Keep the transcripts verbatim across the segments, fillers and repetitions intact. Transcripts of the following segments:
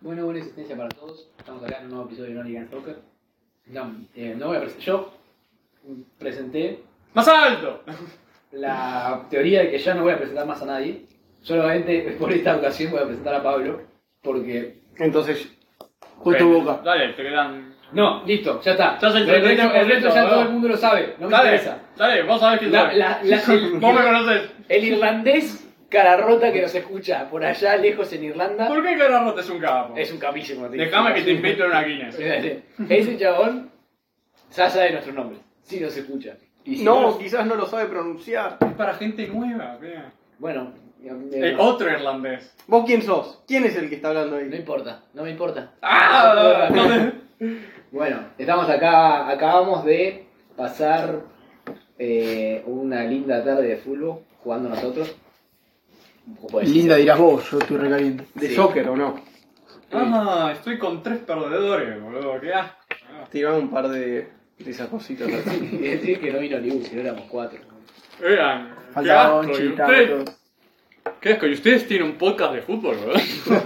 Bueno, buena existencia para todos. Estamos acá en un nuevo episodio de No Liga en Soccer. No, eh, no voy a presentar. Yo presenté ¡Más alto! la teoría de que ya no voy a presentar más a nadie. Solamente por esta ocasión voy a presentar a Pablo. Porque. Entonces, fue tu boca. Dale, te quedan. No, listo, ya está. Ya soy el, resto, treinta y cinco el resto ya ¿no? todo el mundo lo sabe. No me Dale, interesa. dale, vos sabés quién La- soy. la- la- el, Vos me conocés. el irlandés cara rota que nos escucha por allá lejos en Irlanda. ¿Por qué Cararrota es un capo? Es un capísimo. tío. Déjame que te invito a una Guinness. Ese chabón ya sabe nuestro nombre. Sí nos escucha. Y si No, no, quizás no lo sabe pronunciar. Es para gente nueva, vea. bueno, eh, Eh, otro irlandés. ¿Vos quién sos? ¿Quién es el que está hablando no ahí? importa, no me importa. ¡Ah! No te- Bueno, estamos acá, acabamos de pasar eh, una linda tarde de fútbol jugando nosotros. Pues, Linda dirás vos, yo estoy recaliente. ¿De Sí. soccer o no? Ah, estoy con tres perdedores, boludo. ¿Qué asco? Tirame un par de, de esas cositas así. Y decir que no vino ni uno, si no éramos cuatro. Vean, qué Faltaba asco. un ¿Y chita, ustedes? todo. ¿Qué asco? ¿Y ustedes tienen un podcast de fútbol, boludo?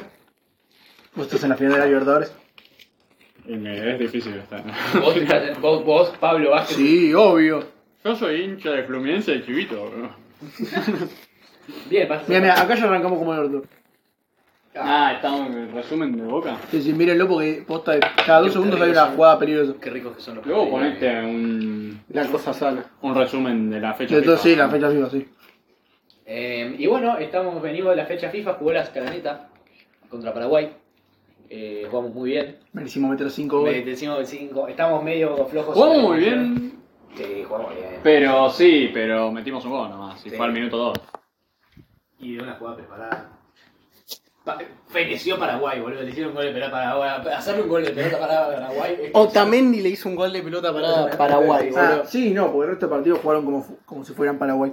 Vos estás en la final de la Libertadores. Y me es difícil estar. Vos, estás- vos, vos, Pablo Vázquez. Sí, obvio. Yo soy hincha de Fluminense de Chivito, boludo. Bien, pasa. Mira, mira, acá ya arrancamos como el orto. Ah, estamos en el resumen de Boca. Sí, sí, mírenlo porque posta de cada dos segundos hay una jugada peligrosa. Qué ricos que son los Luego partidos. ponete un, La cosa sana. un resumen de la fecha. Entonces FIFA. sí, la fecha FIFA, sí. Eh, y bueno, estamos venimos de la fecha FIFA, jugó la Escalaneta contra Paraguay. Eh, jugamos muy bien. Merecimos meter cinco Me goles. decimos el cinco. Estamos medio flojos. Jugamos en la muy defensa. bien, Sí, jugamos bien. pero sí, pero metimos un gol nomás. Y Sí. fue al minuto dos. Y de una jugada preparada. Pa feneció Paraguay, boludo. Le hicieron un gol de pelota para Paraguay. Hacerle un gol de pelota para Paraguay. es- Otamendi le hizo un gol de pelota para Paraguay, Ah, boludo. sí, no, porque el resto de partidos jugaron como, fu- como si fueran Paraguay.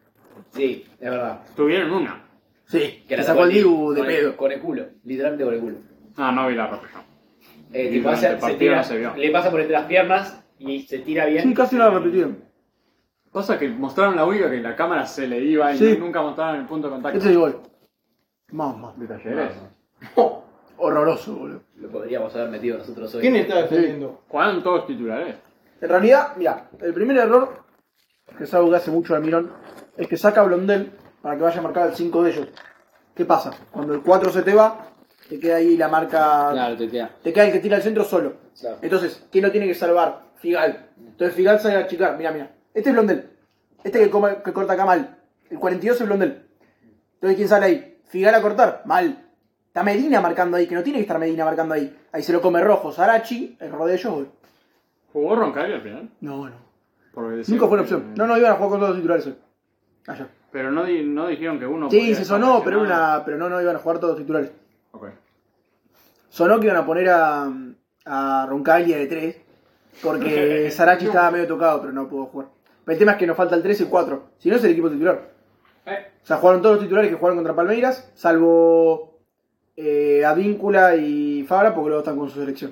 Sí, es verdad. Tuvieron una. Sí, Que que la sacó el sacó Dibu de con el- pedo. Con el culo. Literalmente con el culo. Ah, no vi la repetición. Eh, Y tipo, durante hace- el se partido tira, no se vio. le pasa por entre las piernas y se tira bien. Sí, casi la repetieron. Pasa que mostraron la única que la cámara se le iba y Sí. nunca mostraron el punto de contacto. Este es el gol. Mamá. de Talleres. Horroroso, boludo. Lo podríamos haber metido nosotros hoy. ¿Quién está defendiendo? Jugaron todos titulares. En realidad, mira, el primer error que es algo que hace mucho Almirón es que saca a Blondel para que vaya a marcar el cinco de ellos. ¿Qué pasa? Cuando el cuatro se te va, te queda ahí la marca. Claro, te queda. Te queda el que tira al centro solo. Claro. Entonces, ¿quién lo tiene que salvar? Figal. Entonces Figal sale a achicar. Mira, mira. Este es Blondel. Este que, come- que corta acá mal. El cuarenta y dos es Blondel. Entonces, ¿quién sale ahí? Figal a cortar. Mal. Está Medina marcando ahí, que no tiene que estar Medina marcando ahí. Ahí se lo come Rojo, Sarachi, el rodeo de ellos, gol. ¿Jugó Roncalli al final? No, no. Porque decían Nunca fue una que- opción. No, no, iban a jugar con todos los titulares hoy. Allá. Pero no, di- no dijeron que uno. Sí, podía se estar sonó, pero, lesionado. una, pero no, no iban a jugar todos los titulares. Ok. Sonó que iban a poner a, a Roncaglia de tres, porque Sarachi estaba medio tocado, pero no pudo jugar. Pero el tema es que nos falta el tres y el cuatro. Si no, es el equipo titular. Eh, O sea, jugaron todos los titulares que jugaron contra Palmeiras, salvo eh, Advíncula y Fabra, porque luego están con su selección.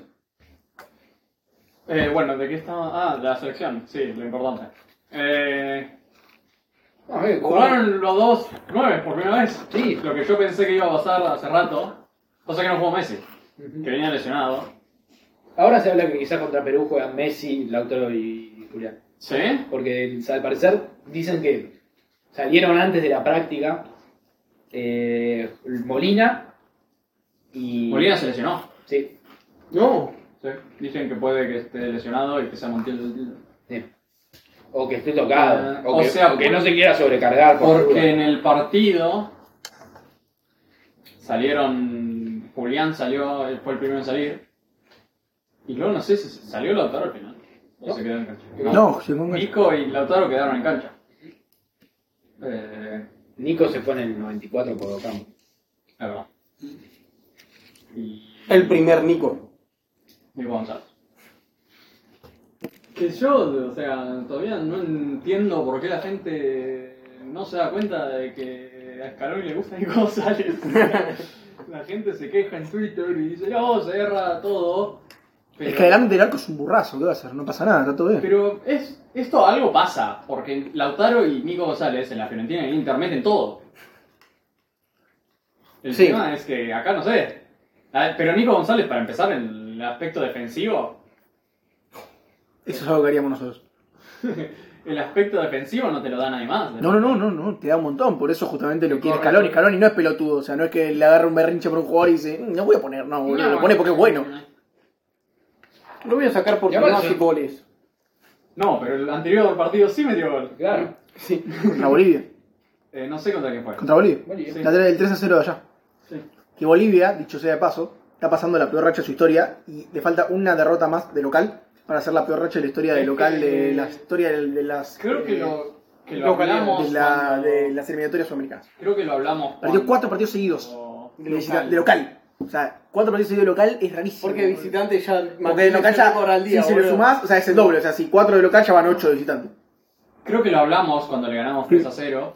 eh, bueno, ¿de qué estaba? Ah, de la selección, sí, lo importante. Eh, Ah, bien, jugaron los dos nueve por primera vez. Sí. Lo que yo pensé que iba a pasar hace rato. Cosa que no jugó Messi, Ujú. que venía lesionado. Ahora se habla que quizás contra Perú juegan Messi, Lautaro y Julián. ¿Sí? Porque al parecer dicen que salieron antes de la práctica eh, Molina y. Molina se lesionó. Sí. No. Sí. Dicen que puede que esté lesionado y que sea Montiel del título. sí. O que esté tocado. Eh, o, o que, sea, o que por- no se quiera sobrecargar. por Porque duda. en el partido salieron. Julián salió, él fue el primero en salir. Y luego no sé si salió Lautaro al final. O No. se quedó en cancha. No, se ponga. Nico y Lautaro quedaron en cancha. Eh, Nico se fue en el noventa y cuatro por Ocampo. es verdad. Y. El primer Nico. Nico González. Que yo, o sea, todavía no entiendo por qué la gente no se da cuenta de que a Scaloni le gusta Nico González. La gente se queja en Twitter y dice, no, se erra todo. Pero, Es que delante del arco es un burrazo, ¿qué va a hacer? No pasa nada, está todo bien. pero es, esto algo pasa, porque Lautaro y Nico González en la Fiorentina y en Inter meten todo. El Sí. tema es que acá no sé. A ver, pero Nico González, para empezar, en el aspecto defensivo, Eso es algo que haríamos nosotros. el aspecto defensivo no te lo da nadie más. No, no, no, no, no, te da un montón. Por eso justamente lo quiere Corre, Scaloni. corre. Scaloni no es pelotudo. O sea, no es que le agarre un berrinche por un jugador y dice, "Mm, no voy a poner, no, boludo. Lo pone porque es bueno. Lo voy a sacar porque Y no aparte- hace goles. No, pero el anterior partido sí metió gol. Claro. Sí. Contra Bolivia. Eh, no sé contra quién fue. Contra Bolivia. Bolivia. Sí. La tres- el tres a cero de allá. Sí. Que Bolivia, dicho sea de paso, está pasando la peor racha de su historia y le falta una derrota más de local para hacer la peor racha de la historia de Es local, que- de la historia de, de las Creo que eh, lo, que lo localidad hablamos de, la, cuando- de las eliminatorias sudamericanas. Creo que lo hablamos Perdió cuando- cuatro partidos seguidos cuando- de local. de local. O sea, cuatro partidos seguidos de local es rarísimo. Porque visitante ya. Porque de local ya, por al día, si se le boludo. sumás, o sea, es el doble. O sea, si cuatro de local ya van ocho de visitante. Creo que lo hablamos cuando le ganamos tres a cero,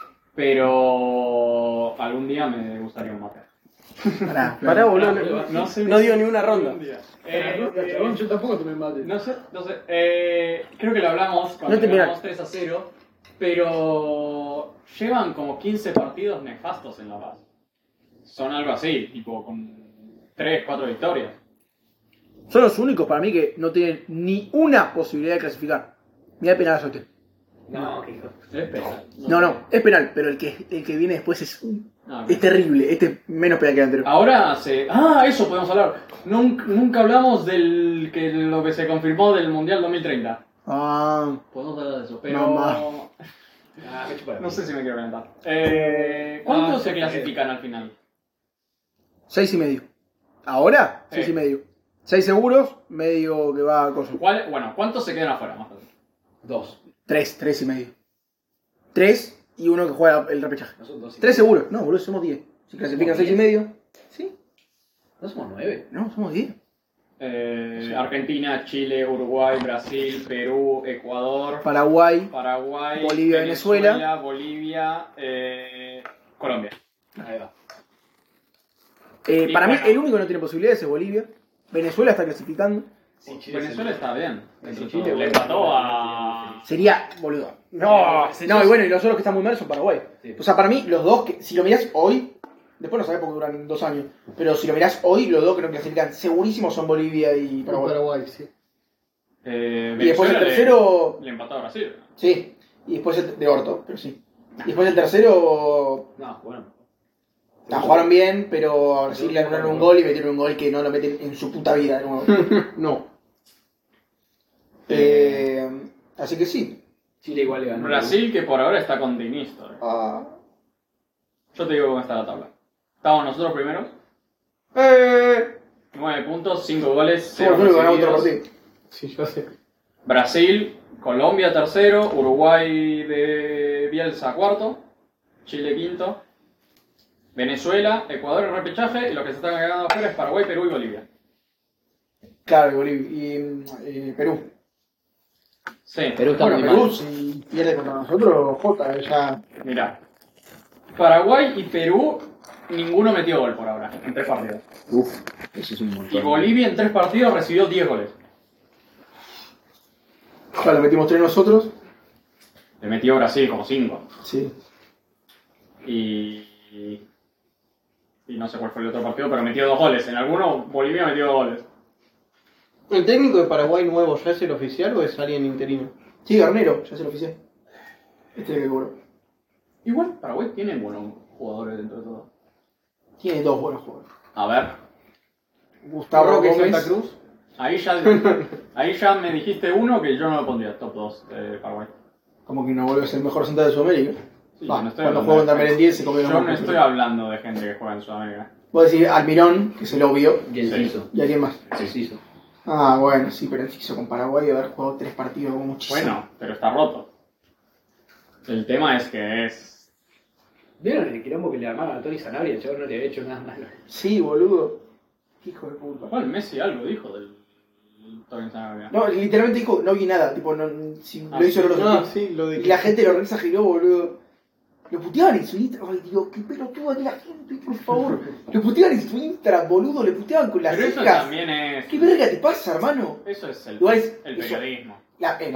pero algún día me gustaría un mate. Pará, Pará, boludo. No, no sé. No dio ni una ronda. Algún día. Eh, eh, Chabón, yo tampoco tomé mate. no sé, no sé. Eh, creo que lo hablamos cuando No te le mirá. ganamos tres a cero, pero llevan como quince partidos nefastos en La Paz. Son algo así, tipo con tres, cuatro victorias. Son los únicos para mí que no tienen ni una posibilidad de clasificar. Mira penal a Sotel. No, qué hijo. Es penal. No, no, es penal, pero el que, el que viene después es, Ah, es terrible. Este es menos penal que el anterior. Ahora se. Ah, eso podemos hablar. Nunca, nunca hablamos del que lo que se confirmó del Mundial dos mil treinta. Ah, Podemos hablar de eso, pero. Mamá. Ah, me chupa la No sé si me quiero calentar. Eh, ¿Cuántos Ah, se sí, clasifican al final? seis y medio. ¿Ahora? Seis Sí. y medio. Seis seguros, medio que va a coso. ¿Cuál, bueno, ¿cuántos se quedan afuera? Más fácil. Dos. Tres, tres y medio. Tres y uno que juega el repechaje. No son dos. y Tres medio. seguros. No, boludo, somos diez. Si clasifican ¿Somos seis y diez? medio. Sí. No somos nueve. No, somos diez. Eh, Sí. Argentina, Chile, Uruguay, Brasil, Perú, Ecuador, Paraguay. Paraguay, Bolivia, Venezuela. Bolivia, eh, Colombia. Ahí va. Eh, Y para bueno. mí, el único que no tiene posibilidades es Bolivia. Venezuela está clasificando. Sí, Chile es Venezuela el- está bien. dentro de Chile, todo. Le bueno, empató bueno, a. Sería, boludo. No, Sí, no, sí, y bueno, y los otros que están muy mal son Paraguay. Sí. O sea, para mí, los dos, que si lo mirás hoy, después no sabés porque duran dos años, pero si lo mirás hoy, los dos que no clasifican segurísimos son Bolivia y Paraguay. Paraguay, sí. Eh, Y después el Venezuela le- tercero, Le, empató a Brasil. sí, y después el de orto, pero sí. Y después el tercero, No, bueno. la jugaron bien, pero a Brasil le anularon un gol y metieron un gol que no lo meten en su puta vida de nuevo. No. Eh, así que sí. Chile igual le ganó. Brasil, que por ahora está con Dinisto. Ah. Yo te digo cómo está la tabla. Estamos nosotros primeros. Eh, nueve puntos, cinco goles, somos cero los únicos que ganamos otro recibidos. partido. Sí, yo sé. Brasil, Colombia tercero, Uruguay de Bielsa cuarto, Chile quinto, Venezuela, Ecuador en repechaje y los que se están quedando afuera es Paraguay, Perú y Bolivia. Claro, y Bolivia. Y eh, Perú. Sí, Perú está Bueno, muy Perú, mal. si pierde contra nosotros, Jota, ya. mirá. Paraguay y Perú, ninguno metió gol por ahora, en tres partidos. Uf, eso es un montón. Y Bolivia en tres partidos recibió diez goles. Ojalá metimos tres nosotros. Le metió Brasil como cinco. Sí. Y, y, y no sé cuál fue el otro partido, pero metió dos goles. En alguno Bolivia metió dos goles. ¿El técnico de Paraguay nuevo ya es el oficial o es alguien interino? Sí, Garnero, ya se lo oficial. Este es el que cobró. Igual Paraguay tiene buenos jugadores dentro de todo. Tiene dos buenos jugadores. A ver, Gustavo Roque Gómez. Santa Cruz. ahí ya, ahí ya me dijiste uno que yo no lo pondría top dos de Paraguay. Como que no vuelve a ser el mejor central de Sudamérica. Sí, Va, yo no estoy cuando hablando jugó de- contra Merendier se comió Yo los no estoy hablando de gente que juega en Sudamérica. Vos decís Almirón, que es el obvio. Y el Sí. Ciso. ¿Y alguien más? El Ciso. Ah, bueno, sí, pero el Ciso con Paraguay de haber jugado tres partidos como muchísimo. Bueno, pero está roto. El tema es que es... ¿Vieron el quilombo que le armaron a Tony Sanabria? El chaval no le había hecho nada malo. Sí, boludo. Qué hijo de puta. Igual Messi algo dijo del... Tony Sanabria. No, literalmente dijo, no vi nada. Tipo, no, si Ah, lo hizo sí. no lo Ah, sentí. sí, lo de Y la gente lo reexageró, boludo. Lo puteaban en su Instagram. Ay, Dios, qué pelotuda que la gente, por favor. Lo puteaban en su Instagram, boludo. Le puteaban con las Pero eso cejas. también es... ¿Qué verga te pasa, hermano? Eso es el, Igual es- el eso- periodismo. La, eh, no,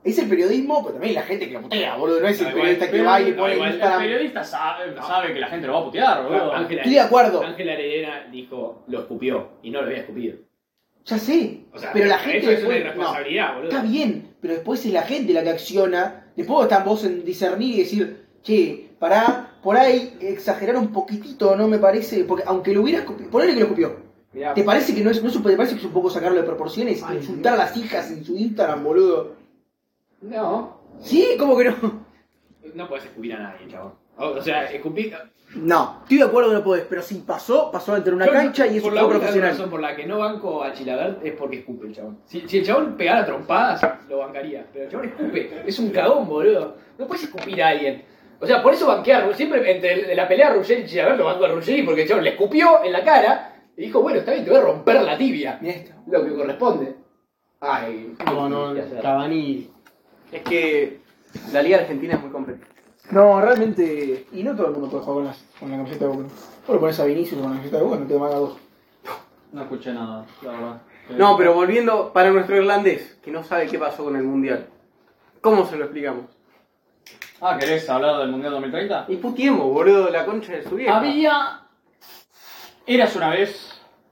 Es el periodismo, pero también la gente que lo putea, boludo. No es el No, periodista igual, que va y le no, pone en igual, Instagram. El periodista sabe, sabe que la gente lo va a putear, boludo. Ángela- Estoy de acuerdo. Ángela Lerena dijo, lo escupió y no lo había escupido. Ya sé, O sea, pero la gente eso es una después- irresponsabilidad, no, boludo. está bien, pero después es la gente la que acciona. Después están vos en discernir y decir, che, pará, por ahí exagerar un poquitito, ¿no me parece? Porque aunque lo hubiera copiado, ponele que lo copió. Mirá, ¿Te parece que no es, no es un- te parece que es un poco sacarlo de proporciones? Ay, Insultar a las hijas en su Instagram, boludo. no, Sí, ¿cómo que no? no podés escupir a nadie, chabón. O, o sea, escupir... No, estoy de acuerdo que no podés, pero si pasó, pasó entre una Yo, cancha y es por un la juego única profesional. razón por la que no banco a Chilavert es porque escupe el chabón. Si, si el chabón pegara trompadas, lo bancaría. Pero el chabón escupe. Es un cagón, boludo. No puedes escupir a alguien. O sea, por eso banqué a Ruggeri. Siempre entre la pelea Ruggeri y Chilavert lo banco a Ruggeri porque el chabón le escupió en la cara y dijo, bueno, está bien, te voy a romper la tibia. Mirá esto. Lo que corresponde. Ay, No, no, ¿qué hacer? Cavani. Es que la Liga Argentina es muy compleja. No, realmente. Y no todo el mundo puede jugar con, las, con la camiseta de Boca. Vos lo pones a Vinicius con la camiseta de Boca, no te manda dos. No escuché nada, la verdad. No, pero volviendo para nuestro irlandés, que no sabe qué pasó con el Mundial. ¿Cómo se lo explicamos? Ah, ¿querés hablar del Mundial dos mil treinta? Y putiemos, boludo, la concha de su vieja. Había... Eras una vez,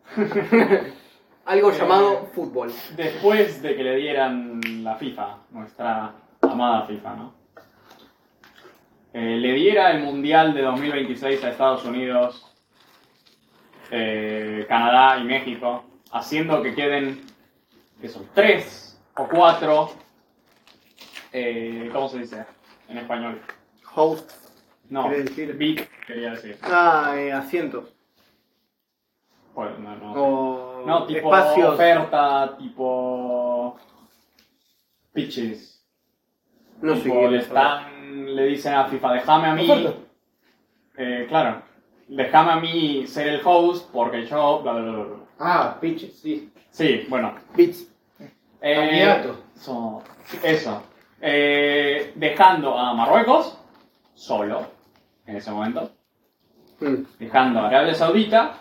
Algo Eh, llamado fútbol. después de que le dieran la FIFA, nuestra amada FIFA, ¿no? Eh, le diera el Mundial de dos mil veintiséis a Estados Unidos, eh, Canadá y México, haciendo que queden, que son tres o cuatro, eh, ¿cómo se dice en español? Host. No, ¿Querés decir? big, quería decir. Ah, eh, asientos. Pues, no, no. O No, tipo espacios. oferta, tipo pitches. No sé Tipo, qué le es. están, le dicen a FIFA, déjame a mí, Oferta. eh, claro, déjame a mí ser el host porque yo, bla, bla, bla, bla. Ah, pitches, sí. Sí, bueno. Bits. Eh, Candidato. Eso. eso. Eh, dejando a Marruecos solo en ese momento. Mm. Dejando a Arabia Saudita.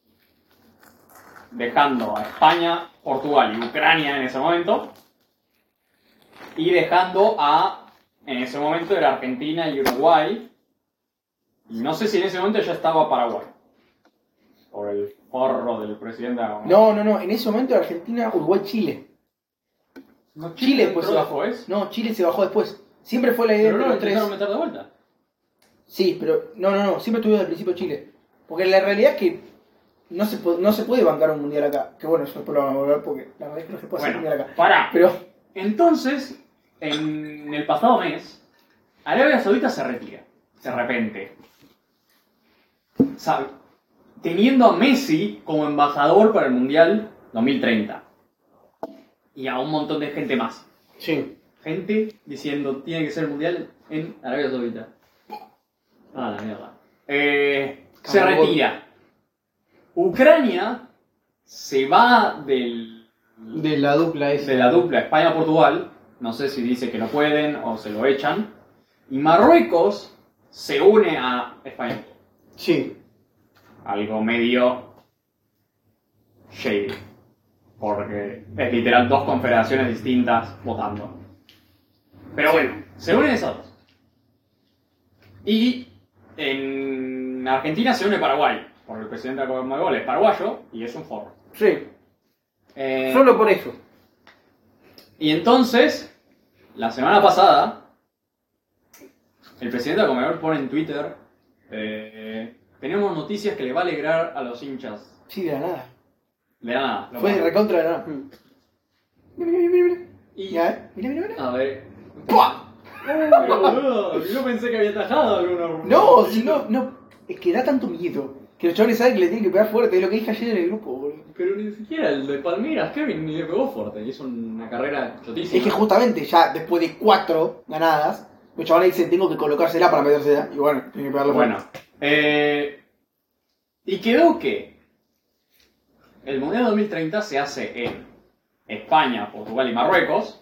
Dejando a España, Portugal y Ucrania en ese momento. Y dejando a, en ese momento era Argentina y Uruguay. Y no sé si en ese momento ya estaba Paraguay. Por el forro del presidente. No, no, no. En ese momento Argentina, Uruguay, Chile. No, Chile después se entró bajó. después. No, Chile se bajó después. Siempre fue la idea Pero de no lo los tres. intentaron meter de vuelta. Sí, pero no, no, no. Siempre estuvo desde el principio Chile. Porque la realidad es que no se, puede, no se puede bancar un mundial acá. Que bueno, eso después lo vamos a volver porque la verdad es que no se puede hacer un Bueno, mundial acá. pará. Pero Entonces, en el pasado mes, Arabia Saudita se retira. De repente. ¿Sabe? Teniendo a Messi como embajador para el Mundial dos mil treinta. Y a un montón de gente más. Sí. Gente diciendo tiene que ser el Mundial en Arabia Saudita. Ah, la mierda. Eh, se Cagón. retira. Ucrania se va del, De la dupla esa. de la dupla España-Portugal. No sé si dice que no pueden o se lo echan. Y Marruecos se une a España. Sí. Algo medio shady. Porque es literal dos confederaciones distintas votando. Pero bueno, se unen esas dos. Y en Argentina se une Paraguay. Porque el presidente de la Conmebol es paraguayo y es un forro. Sí. Eh, Solo por eso. Y entonces, la semana pasada, el presidente de la Conmebol pone en Twitter, eh, tenemos noticias que le va a alegrar a los hinchas. sí, de la nada. De nada. lo Fue pone. recontra de la nada. Mm. Mira, mira, mira, mira. Y, Mira, eh. mira, mira, mira. a ver. ¡Pua! Pero, boludo, yo pensé que había tajado alguno. No, si no, no. Es que da tanto miedo. Que los chavales saben que le tienen que pegar fuerte. Es lo que dije ayer en el grupo, boludo. Pero ni siquiera el de Palmeiras, Kevin, ni le pegó fuerte. Hizo una carrera chotísima. Es que justamente ya después de cuatro ganadas, los chavales dicen tengo que colocársela para metérsela. Y bueno, tienen que pegarle Bueno, fuerte. eh, y quedó que el Mundial dos mil treinta se hace en España, Portugal y Marruecos,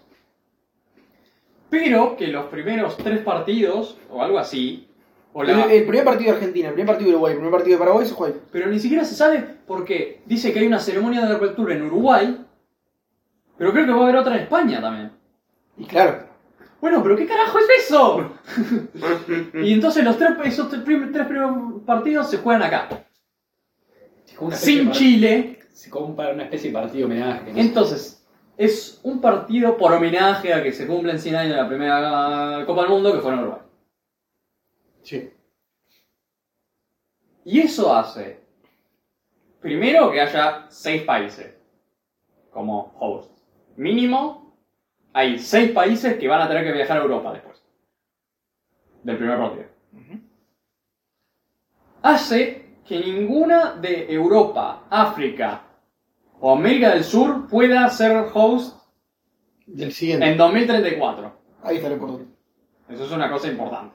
pero que los primeros tres partidos, o algo así, o la- El, el primer partido de Argentina, el primer partido de Uruguay, el primer partido de Paraguay se juega ahí. pero ni siquiera se sabe porque dice que hay una ceremonia de apertura en Uruguay, pero creo que va a haber otra en España también. Y claro, Bueno, pero ¿qué carajo es eso? Y entonces los tres, esos tres, prim- tres primeros partidos se juegan acá. Una especie Sin de Chile. part- Se compara una especie de partido homenaje. ¿no? Entonces, es un partido por homenaje a que se cumplen cien años de la primera Copa del Mundo que fue en Uruguay. Sí. Y eso hace, primero, que haya seis países como host. Mínimo, hay seis países que van a tener que viajar a Europa después del primer partido. Hace que ninguna de Europa, África o América del Sur pueda ser host Del siguiente. en dos mil treinta y cuatro. Ahí está lo importante. Eso es una cosa importante.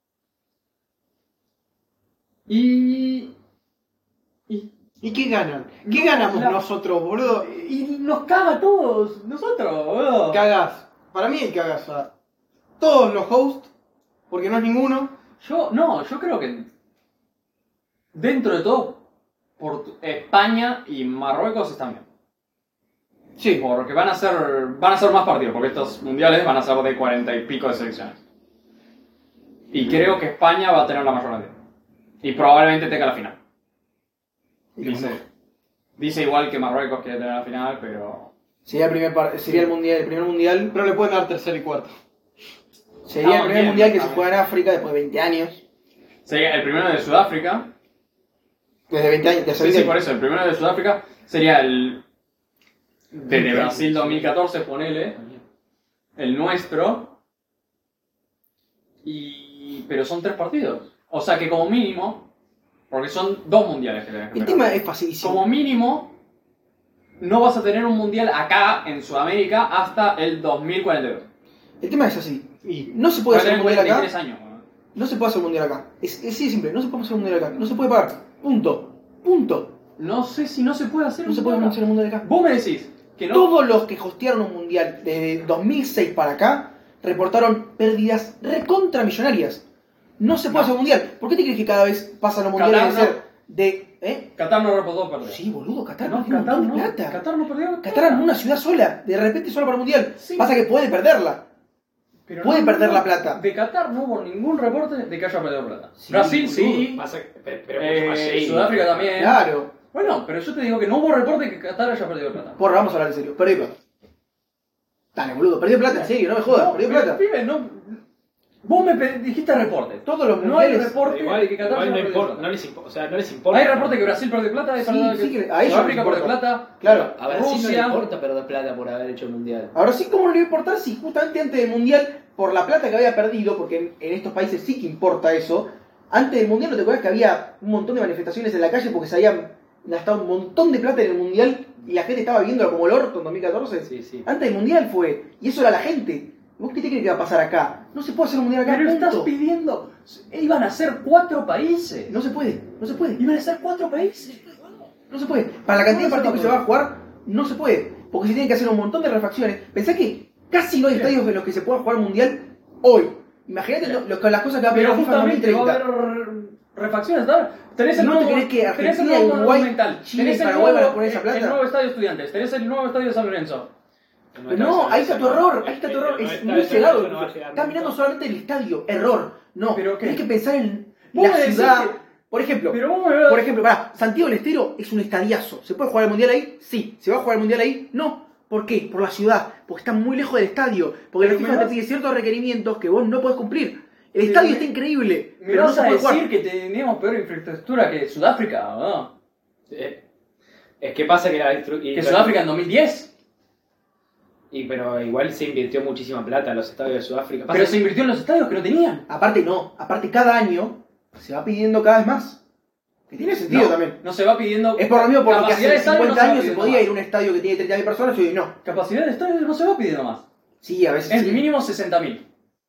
Y... y ¿Y qué ganan? ¿Qué ganamos la- nosotros, boludo? Y nos caga a todos, nosotros, boludo. Cagás. Para mí cagás a todos los hosts, porque no es ninguno. Yo, no, yo creo que dentro de todo, por España y Marruecos están bien. Sí. Porque van a ser, van a ser más partidos, porque estos mundiales van a ser de cuarenta y pico de selecciones. Y creo que España va a tener la mayor cantidad. Y probablemente tenga la final. Dice, dice igual que Marruecos quiere tener la final, pero... Sería el primer par- sería el mundial, el primer mundial. Pero le pueden dar tercer y cuarto. Sería el Estamos primer bien, mundial que se estamos juega en África después de veinte años. Sería el primero de Sudáfrica. Desde veinte años, desde Sí, veinte sí, por años. eso, el primero de Sudáfrica sería el... Desde Brasil dos mil catorce, ponele. El nuestro. Y... Pero son tres partidos. O sea que como mínimo... Porque son dos mundiales que tenés que El tener. tema es facilísimo. Como mínimo... No vas a tener un mundial acá, en Sudamérica, hasta el dos mil cuarenta y dos. El tema es así. Y No se puede Vas a hacer un tener mundial cuarenta y tres acá. años. ¿no? No se puede hacer un mundial acá. Es, es así de simple. No se puede hacer un mundial acá. No se puede pagar. Punto. Punto. No sé si no se puede hacer No un se puede mundial hacer un mundial acá. Vos me decís que no... Todos los que hostearon un mundial desde dos mil seis para acá reportaron pérdidas recontramillonarias. No se puede hacer un mundial. ¿Por qué te crees que cada vez pasan los mundiales Qatar de no. ser de. ¿Eh? Qatar no reportó perder. Sí, boludo, Qatar No, perdió un Qatar montón de no. plata. Qatar no perdió. Qatar en una ciudad sola, de repente solo para el mundial. Sí. Pasa que puede perderla. Pero Puede no, perder no, la plata. De Qatar no hubo ningún reporte de que haya perdido plata. Sí, Brasil boludo. sí. Pasa que- pero, pero eh, mucho más shady. Sudáfrica también. Claro. Bueno, pero yo te digo que no hubo reporte de que Qatar haya perdido plata. Porra, vamos a hablar en serio. Perdió plata. Dale, boludo, perdió plata, en serio, no me jodas, No, perdió pero, plata. pibe, no. Vos me pe- dijiste reporte. Todos los No hay mundiales. reporte Igual, de que Qatar igual haya no, perdido importa, plata. no les importa. O sea, no les importa. Hay reporte que Brasil perdió plata, es Sí, verdad sí que que- a ellos Sudáfrica les perdió importa. plata. Claro. A Brasil no le Rusia. importa perder plata por haber hecho el mundial. Ahora sí, ¿cómo no le iba a importar si justamente antes del mundial, por la plata que había perdido, porque en, en estos países sí que importa eso, antes del mundial no te acuerdas que había un montón de manifestaciones en la calle porque se habían gastado un montón de plata en el mundial y la gente estaba viéndolo como el orto en dos mil catorce? Sí, sí. Antes del mundial fue, y eso era la gente. ¿Vos qué te crees que va a pasar acá? No se puede hacer un mundial acá, Pero punto. estás pidiendo. Iban a ser cuatro países. No se puede, no se puede. Iban a ser cuatro países. No se puede. Para la cantidad de ¿Cómo se partidos que se va a va a jugar, no se puede. Porque se tienen que hacer un montón de refacciones. Pensá que casi no hay estadios en los que se pueda jugar mundial hoy. Imagínate lo- lo- las cosas que va a pedir Pero la FIFA en justamente va a dos mil treinta. haber refacciones, ¿sabes? Tenés el ¿No te nuevo, crees que tenés el Argentina, nuevo Uruguay, Monumental, Chile tenés y el Paraguay van a nuevo, poner esa el- plata? el nuevo estadio Estudiantes, tenés el nuevo estadio San Lorenzo. No, ahí está tu error, ahí está tu error. Es muy cegado. No va a llegar Estás nunca. mirando solamente el estadio. Error. No, ¿Pero qué? tienes que pensar en Vos la me decís ciudad. que- Por ejemplo, Pero vos me vas- por ejemplo, pará, Santiago del Estero es un estadiazo. ¿Se puede jugar el mundial ahí? Sí. ¿Se va a jugar el mundial ahí? No. ¿Por qué? Por la ciudad. Porque está muy lejos del estadio. Porque la Pero me FIFA te vas- pide ciertos requerimientos que vos no podés cumplir. El Pero estadio me- está increíble, Me pero no vas se a puede decir jugar. que tenemos peor infraestructura que Sudáfrica, ¿no? Eh, Es que pasa que la instru- y- Que Sudáfrica en dos mil diez. Y pero igual se invirtió muchísima plata en los estadios de Sudáfrica. Pasa Pero que- se invirtió en los estadios que no tenían. Aparte no, aparte cada año se va pidiendo cada vez más. Que tiene sentido No, también. no se va pidiendo. Es por lo mismo porque Capacidad hace de estadio no cincuenta se va años se pidiendo podía más. ir a un estadio que tiene treinta mil personas y hoy no. Capacidad de estadio no se va pidiendo más. Sí, a veces Es sí. mínimo sesenta mil.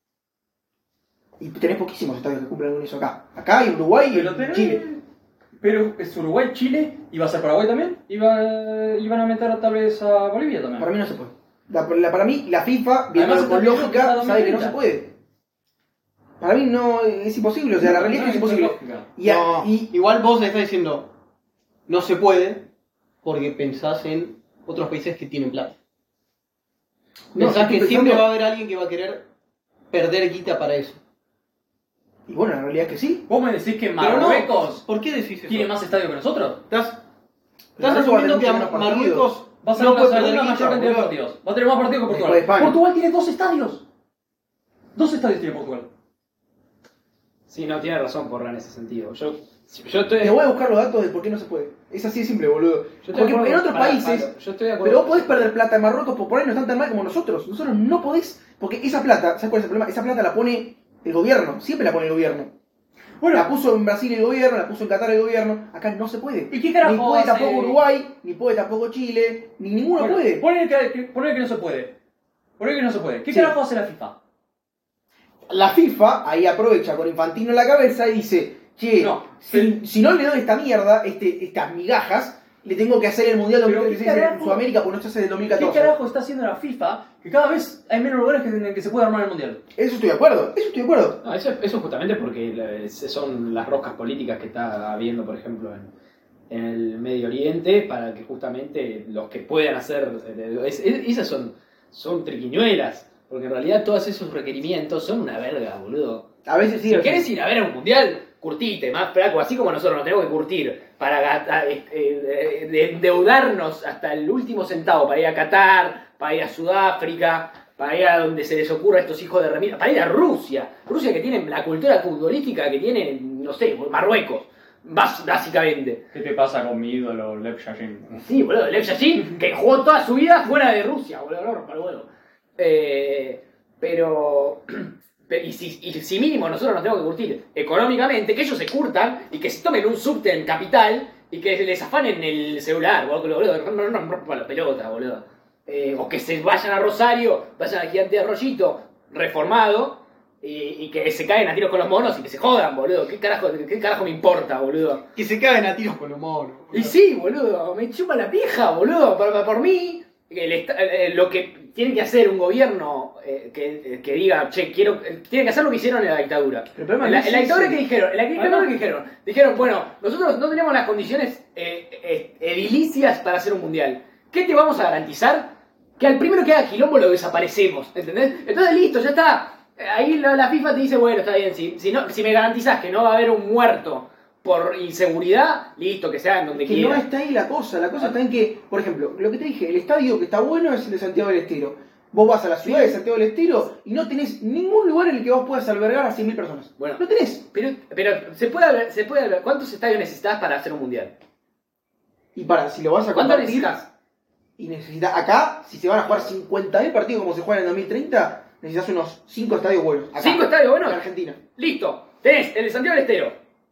Y tenés poquísimos estadios que cumplen con eso acá. Acá hay Uruguay y Pero en tenés- Chile. Pero es Uruguay, Chile, iba a ser Paraguay también, iba, iban a meter tal vez a Bolivia también. Para mí no se puede. La- la- para mí, la FIFA, viendo Además, con está pidiendo que sea lógica, sabe que no se dos mil treinta. puede. Para mí no es imposible, o sea, la realidad es que es imposible. lógica. Y, a- No, y- igual vos le estás diciendo, no se puede, porque pensás en otros países que tienen plata. No, Pensás estoy que siempre pensando- va a haber alguien que va a querer perder guita para eso. Y bueno, la realidad es que sí. ¿Vos me decís que Pero no, Marruecos ¿por qué decís eso? tiene más estadio que nosotros? Estás, Pero estás Marruecos va a asumiendo tener que a mucho menos partidos. Marruecos Va a ser no la puede perder segunda guita, mayor cantidad de boludo. partidos. Va a tener más partidos que Portugal. Después de España. Portugal tiene dos estadios. Dos estadios tiene Portugal. Sí, no, tiene razón Porra en ese sentido. Yo, yo estoy... Te voy a buscar los datos de por qué no se puede. Es así de simple, boludo. Yo estoy de Porque acuerdo- en otros pará, países... Pablo, yo estoy de acuerdo. Pero vos podés perder plata en Marruecos, porque por ahí no están tan mal como nosotros. Nosotros no podés... Porque esa plata, ¿sabes cuál es el problema? Esa plata la pone el gobierno. Siempre la pone el gobierno. Bueno, La puso en Brasil el gobierno, la puso en Qatar el gobierno. Acá no se puede. ¿y qué carajo Ni puede hace- tampoco Uruguay, ni puede tampoco Chile, ni ninguno bueno, puede. Ponele que, que- ponele que no se puede. Ponele que no se puede. ¿Qué Sí. carajo hace la FIFA? La FIFA ahí aprovecha con Infantino en la cabeza y dice, che, No, si, si no le doy esta mierda, este, estas migajas, le tengo que hacer el Mundial Pero dos mil dieciséis ¿qué en carajo? Sudamérica, porque no se hace desde el dos mil ¿Qué catorce. carajo está haciendo la FIFA? Que cada vez hay menos lugares que, en que se puede armar el mundial. Eso estoy de acuerdo, eso estoy de acuerdo. No, eso, eso justamente porque la- son las roscas políticas que está habiendo, por ejemplo, en, en el Medio Oriente, para que justamente los que puedan hacer... es- es- esas son, son triquiñuelas, porque en realidad todos esos requerimientos son una verga, boludo. A veces sí. Si a veces- querés ir a ver a un mundial, curtite, más flaco, así como nosotros nos tenemos que curtir para gata- eh, eh, de- endeudarnos hasta el último centavo para ir a Qatar, para ir a Sudáfrica, para ir a donde se les ocurra a estos hijos de remira, para ir a Rusia. Rusia que tiene la cultura futbolística que tiene, no sé, Marruecos, bas- básicamente. ¿Qué te pasa con mi ídolo Lev Yashin? Sí, boludo, Lev Yashin, que jugó toda su vida fuera de Rusia, boludo, no rompa el huevo. Eh, pero... Pe- Y si, y si mínimo nosotros nos tenemos que curtir económicamente, que ellos se curtan y que se tomen un subte en capital y que les afanen el celular, boludo, boludo, no, no, no rompan la pelota, boludo. Eh, o que se vayan a Rosario, vayan al Gigante de Arroyito, reformado, y, y que se caen a tiros con los monos y que se jodan, boludo. ¿Qué carajo, qué carajo me importa, boludo? Que se caen a tiros con los monos. Y sí, boludo, me chupa la pija, boludo. Por, por mí, el est- eh, lo que tiene que hacer un gobierno eh, que, que diga, che, quiero. eh, tiene que hacer lo que hicieron en la dictadura. Pero el problema En no la, es en la ese. dictadura que dijeron, en la dictadura que dijeron, dijeron, bueno, nosotros no tenemos las condiciones eh, eh, edilicias para hacer un mundial. ¿Qué te vamos a garantizar? Que al primero que haga quilombo lo desaparecemos, ¿entendés? Entonces listo, ya está. Ahí la, la FIFA te dice, bueno, está bien, si, si, no, si me garantizás que no va a haber un muerto por inseguridad, listo, que sea en donde Que quiera. no está ahí la cosa, la cosa está en que, por ejemplo, lo que te dije, el estadio que está bueno es el de Santiago del Estero. Vos vas a la ciudad de Santiago del Estero y no tenés ningún lugar en el que vos puedas albergar a cien mil personas. Bueno. No tenés. Pero, pero se puede hablar, se puede hablar. ¿Cuántos estadios necesitas para hacer un mundial? Y para, si lo vas a ¿Cuánto compartir, necesitas? y necesitas, acá, si se van a jugar cincuenta mil partidos como se juegan en el dos mil treinta, necesitas unos cinco estadios buenos. Acá, ¿Cinco estadios buenos? En Argentina. Listo. Tenés el de Santiago del Estero.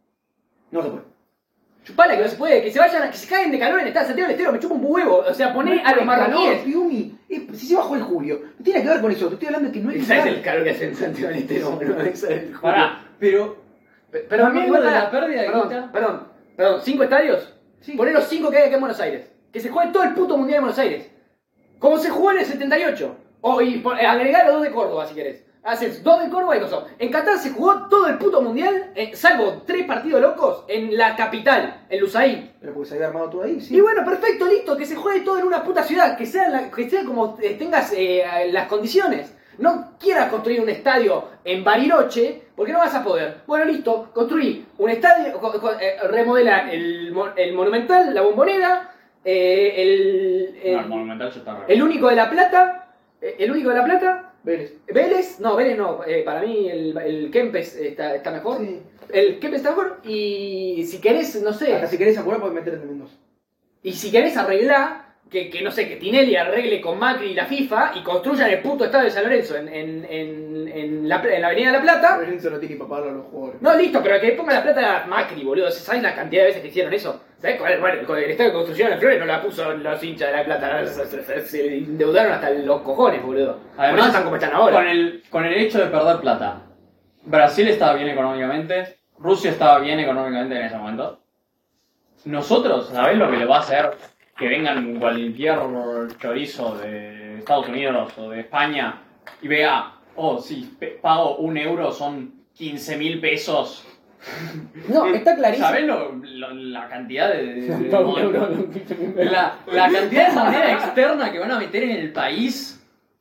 No se puede. Chupala que no se puede. Que se vayan, a- que se caguen de calor en el estadio de Santiago del Estero. Me chupa un huevo. O sea, poné a los Calor, marroquíes. Piumi. Eh, si se va a jugar en julio, no tiene que ver con eso. Te estoy hablando de que no hay ¿Sabes lugar. el calor que hace en Santiago del Estero? Bueno, ese es el Pará, pero Pe- Pero También igual lo de pará. la pérdida de perdón, guita. Perdón, perdón. ¿Cinco estadios? Sí. Poné los cinco que hay acá en Buenos Aires. Que se juegue todo el puto mundial en Buenos Aires. Como se jugó en el setenta y ocho. O, y pon- eh, agregar los dos de Córdoba si querés. Haces dos de Córdoba y dos. En Qatar se jugó todo el puto mundial, eh, salvo tres partidos locos, en la capital, en Lusail. Pero porque se había armado todo ahí, sí. Y bueno, perfecto, listo, que se juegue todo en una puta ciudad, que sea, la- que sea como eh, tengas eh, las condiciones. No quieras construir un estadio en Bariloche, porque no vas a poder. Bueno, listo, construí un estadio, co- co- eh, remodela el, mo- el Monumental, la Bombonera, eh, el, el, No, el Monumental ya está re- el único de La Plata, eh, el único de La Plata, Vélez. Vélez, no, Vélez no, eh, para mí el, el Kempes está, está mejor. Sí. El Kempes está mejor y si querés, no sé. Hasta si querés apurar podés meterte en Mendoza. Y si querés arreglar, que, que no sé, que Tinelli arregle con Macri y la FIFA y construyan el puto estadio de San Lorenzo en, en, en, en, la, en la Avenida de la Plata. Lorenzo no tiene para pagarlo a los jugadores. No, listo, pero que ponga la plata a Macri, boludo. ¿Sabes la cantidad de veces que hicieron eso? ¿Sabes cuál? Bueno, con el estadio de construcción en Flores no la puso los hinchas de la Plata. Se, se- se- se endeudaron hasta los cojones, boludo. Por eso Además, están como están ahora. Con el, con el hecho de perder plata, Brasil estaba bien económicamente, Rusia estaba bien económicamente en ese momento. Nosotros, ¿sabés lo que le va a hacer que vengan cualquier chorizo de Estados Unidos o de España y vea, oh, sí, pe- pago un euro, son quince mil pesos? No, está clarísimo. ¿Sabés lo, lo- la cantidad de... de- de- No, no, no, no. la, la cantidad de moneda externa que van a meter en el país?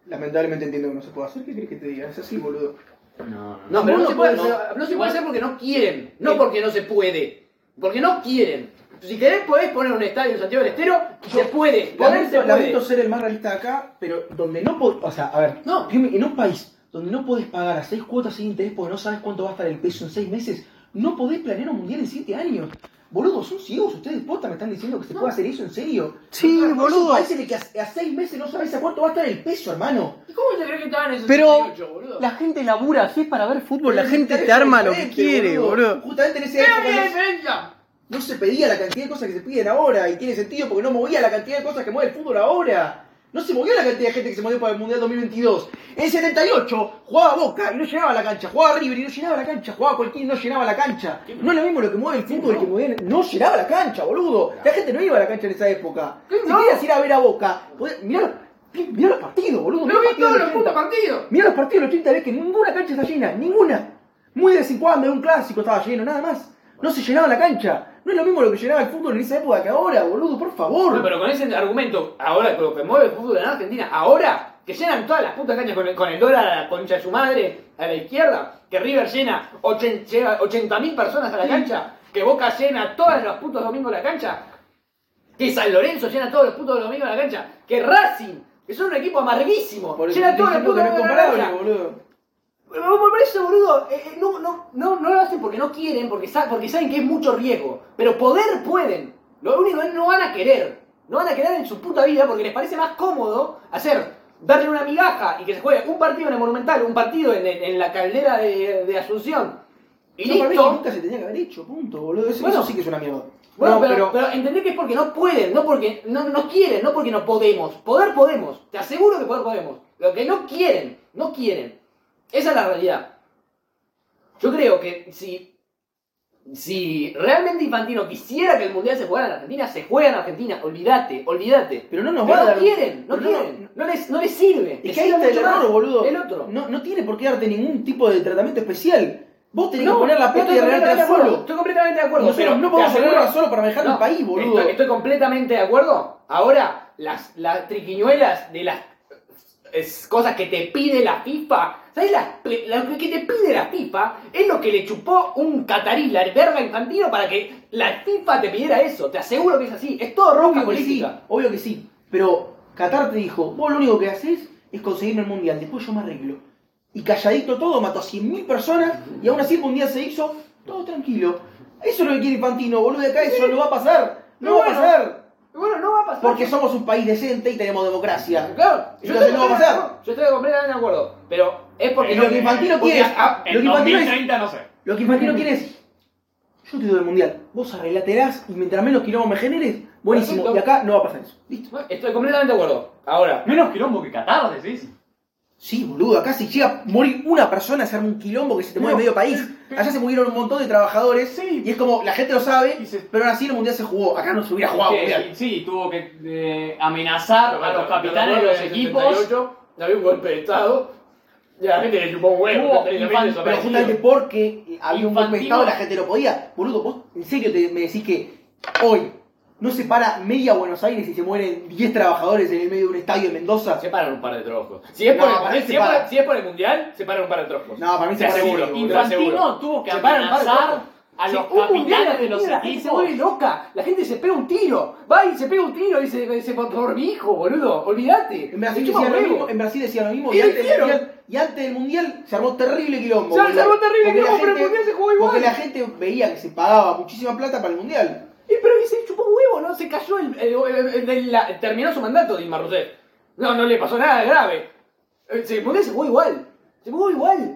lamentablemente entiendo que no se puede hacer. ¿Qué crees que te diga? Es así, boludo. No, no. No, pero no, No se puede, puede no, no se puede hacer porque no quieren, no porque no se puede. Porque no quieren. Si querés podés poner un estadio en Santiago del Estero y se puede. Poder se Lamento, lamento puede. ser el más realista de acá, pero donde no podés... O sea, a ver, No. dime, en un país donde no podés pagar a seis cuotas sin interés porque no sabes cuánto va a estar el peso en seis meses, no podés planear un mundial en siete años. Boludo, son ciegos ustedes, posta, me están diciendo que se puede hacer eso en serio. Sí, Es un boludo. país en el que a, a seis meses no sabés a cuánto va a estar el peso, hermano. ¿Y cómo te crees que estaban en esos Pero sesenta y ocho, boludo? la gente labura, si es para ver fútbol, la Pero gente es te arma lo que diferente, quiere, boludo. Justamente en esa ¿Qué época había no- diferencia? no se pedía la cantidad de cosas que se piden ahora, y tiene sentido porque no movía la cantidad de cosas que mueve el fútbol ahora. No se movió la cantidad de gente que se movió para el Mundial dos mil veintidós. En el setenta y ocho jugaba Boca y no llenaba la cancha, jugaba River y no llenaba la cancha, jugaba cualquier y no llenaba la cancha. No es lo mismo lo que mueve el fútbol que mueve... No llenaba la cancha, boludo. La gente no iba a la cancha en esa época. Si no? querías ir a ver a Boca, podías- mirá, los- mirá los partidos, boludo. Pero mirá vi los todos partidos los del putos ochenta. partidos. Mirá los partidos del ochenta, ves que ninguna cancha está llena, ninguna. Muy de vez en cuando, en un clásico estaba lleno, nada más. No se llenaba la cancha. No es lo mismo lo que llenaba el fútbol en esa época que ahora, boludo, por favor. No, pero con ese argumento, ahora con lo que mueve el fútbol en Argentina, ahora que llenan todas las putas canchas con el, con el dólar a la concha de su madre, a la izquierda, que River llena ochenta mil personas a la cancha, que Boca llena todos los putos domingos la cancha, que San Lorenzo llena todos los putos domingos la cancha, que Racing, que son un equipo amarguísimo, Por eso llena estoy todos los diciendo putos que no es domingos la comparable, cancha. boludo. Pero por eso, boludo, eh, eh, no, no, no, no lo hacen porque no quieren, porque, sa- porque saben que es mucho riesgo. Pero poder pueden. Lo único es que no van a querer. No van a querer en su puta vida porque les parece más cómodo hacer, darle una migaja y que se juegue un partido en el Monumental, un partido en, en la caldera de, de Asunción. Y Yo para mí que listo. nunca se tenía que haber hecho, punto, boludo. Eso, Bueno. eso sí que es una mierda. Bueno, No, pero, pero entendés que es porque no pueden, no porque no, no quieren, no porque no podemos. Poder podemos. Te aseguro que poder podemos. Lo que no quieren, no quieren. Esa es la realidad. Yo creo que si, si realmente Infantino quisiera que el Mundial se jugara en Argentina, se juega en Argentina. Olvídate, olvídate. Pero no nos Pero va a no dar... quieren, no pero quieren. No, les, no les sirve. Es Les que ahí sirve está el mucho error, más boludo. El otro. No, no tiene por qué darte ningún tipo de tratamiento especial. Vos tenés No, que poner la plata y estoy completamente de arreglártela acuerdo. solo. Estoy completamente de acuerdo. Nosotros pero no te podemos aseguro- arreglarla solo para manejar No, el país, boludo. Estoy, estoy completamente de acuerdo. Ahora, las, las triquiñuelas de las es, cosas que te pide la FIFA, ¿sabes? La- Lo que te pide la FIFA es lo que le chupó un catarí, la verga Infantino, para que la FIFA te pidiera eso. Te aseguro que es así. Es todo roca Obvio que sí, política. obvio que sí. Pero Qatar te dijo, vos lo único que haces es conseguirme el mundial, después yo me arreglo. Y calladito todo, mató a cien mil personas y aún así el mundial se hizo todo tranquilo. Eso es lo que quiere Infantino, boludo. Acá eso no va a pasar. No Pero va a bueno, pasar. Bueno, no va a pasar. Porque somos un país decente y tenemos democracia. Claro, yo Entonces estoy, no va a pasar. yo estoy completamente de acuerdo. Pero es porque Y lo que Infantino porque quiere es- a- En Lo que Infantino es- dos mil treinta no sé. Lo que Infantino quiere es, yo te doy el mundial, vos arreglaterás y mientras menos quilombo me generes, buenísimo. Perfecto. Y acá no va a pasar eso. ¿Listo? Estoy completamente de acuerdo. Ahora, Menos quilombo que Qatar, decís. Sí, boludo, acá si llega a morir una persona se arma un quilombo que se te mueve No, medio país. pero- Allá se murieron un montón de trabajadores Sí. y es como, la gente lo sabe, Y se- pero aún así el mundial se jugó. Acá no se hubiera jugado el Que- mundial. sí, tuvo que eh, amenazar a los capitanes de los equipos. Había un golpe de estado. Y a la gente le chupó un huevo. Hubo la gente infan- desapareció. Pero justamente porque había un golpe de Infantino- estado la gente no podía. Boludo, vos en serio te, me decís que hoy no se para media Buenos Aires y se mueren diez trabajadores en el medio de un estadio en Mendoza. Se paran un par de troscos. Si es, No, por, el, para mí si, se es por, para. si es por el mundial, se paran un par de troscos. No, para mí se Te para aseguro, seguro, te aseguro. Infantino tuvo que Se paran un par de amenazar troscos. a Si los un mundial capitanes de los la gente se equipos. vuelve loca. La gente se pega un tiro. Va y se pega un tiro y se dice por, por mi hijo, boludo. Olvídate. En Brasil, Me chupa decían lo huevo. mismo, en Brasil decían lo mismo Y y lo antes, del hicieron. mundial, y antes del mundial se armó terrible quilombo. Se armó boludo. terrible Porque la quilombo, pero el gente- mundial se jugó igual. Porque la gente veía que se pagaba muchísima plata para el mundial. Eh, pero que se chupó un huevo, ¿no? Se cayó el, el- el- el- la- terminó su mandato Dilma Rousseff. No, no le pasó nada grave. Eh, Se, el mundial se jugó igual. Se jugó igual.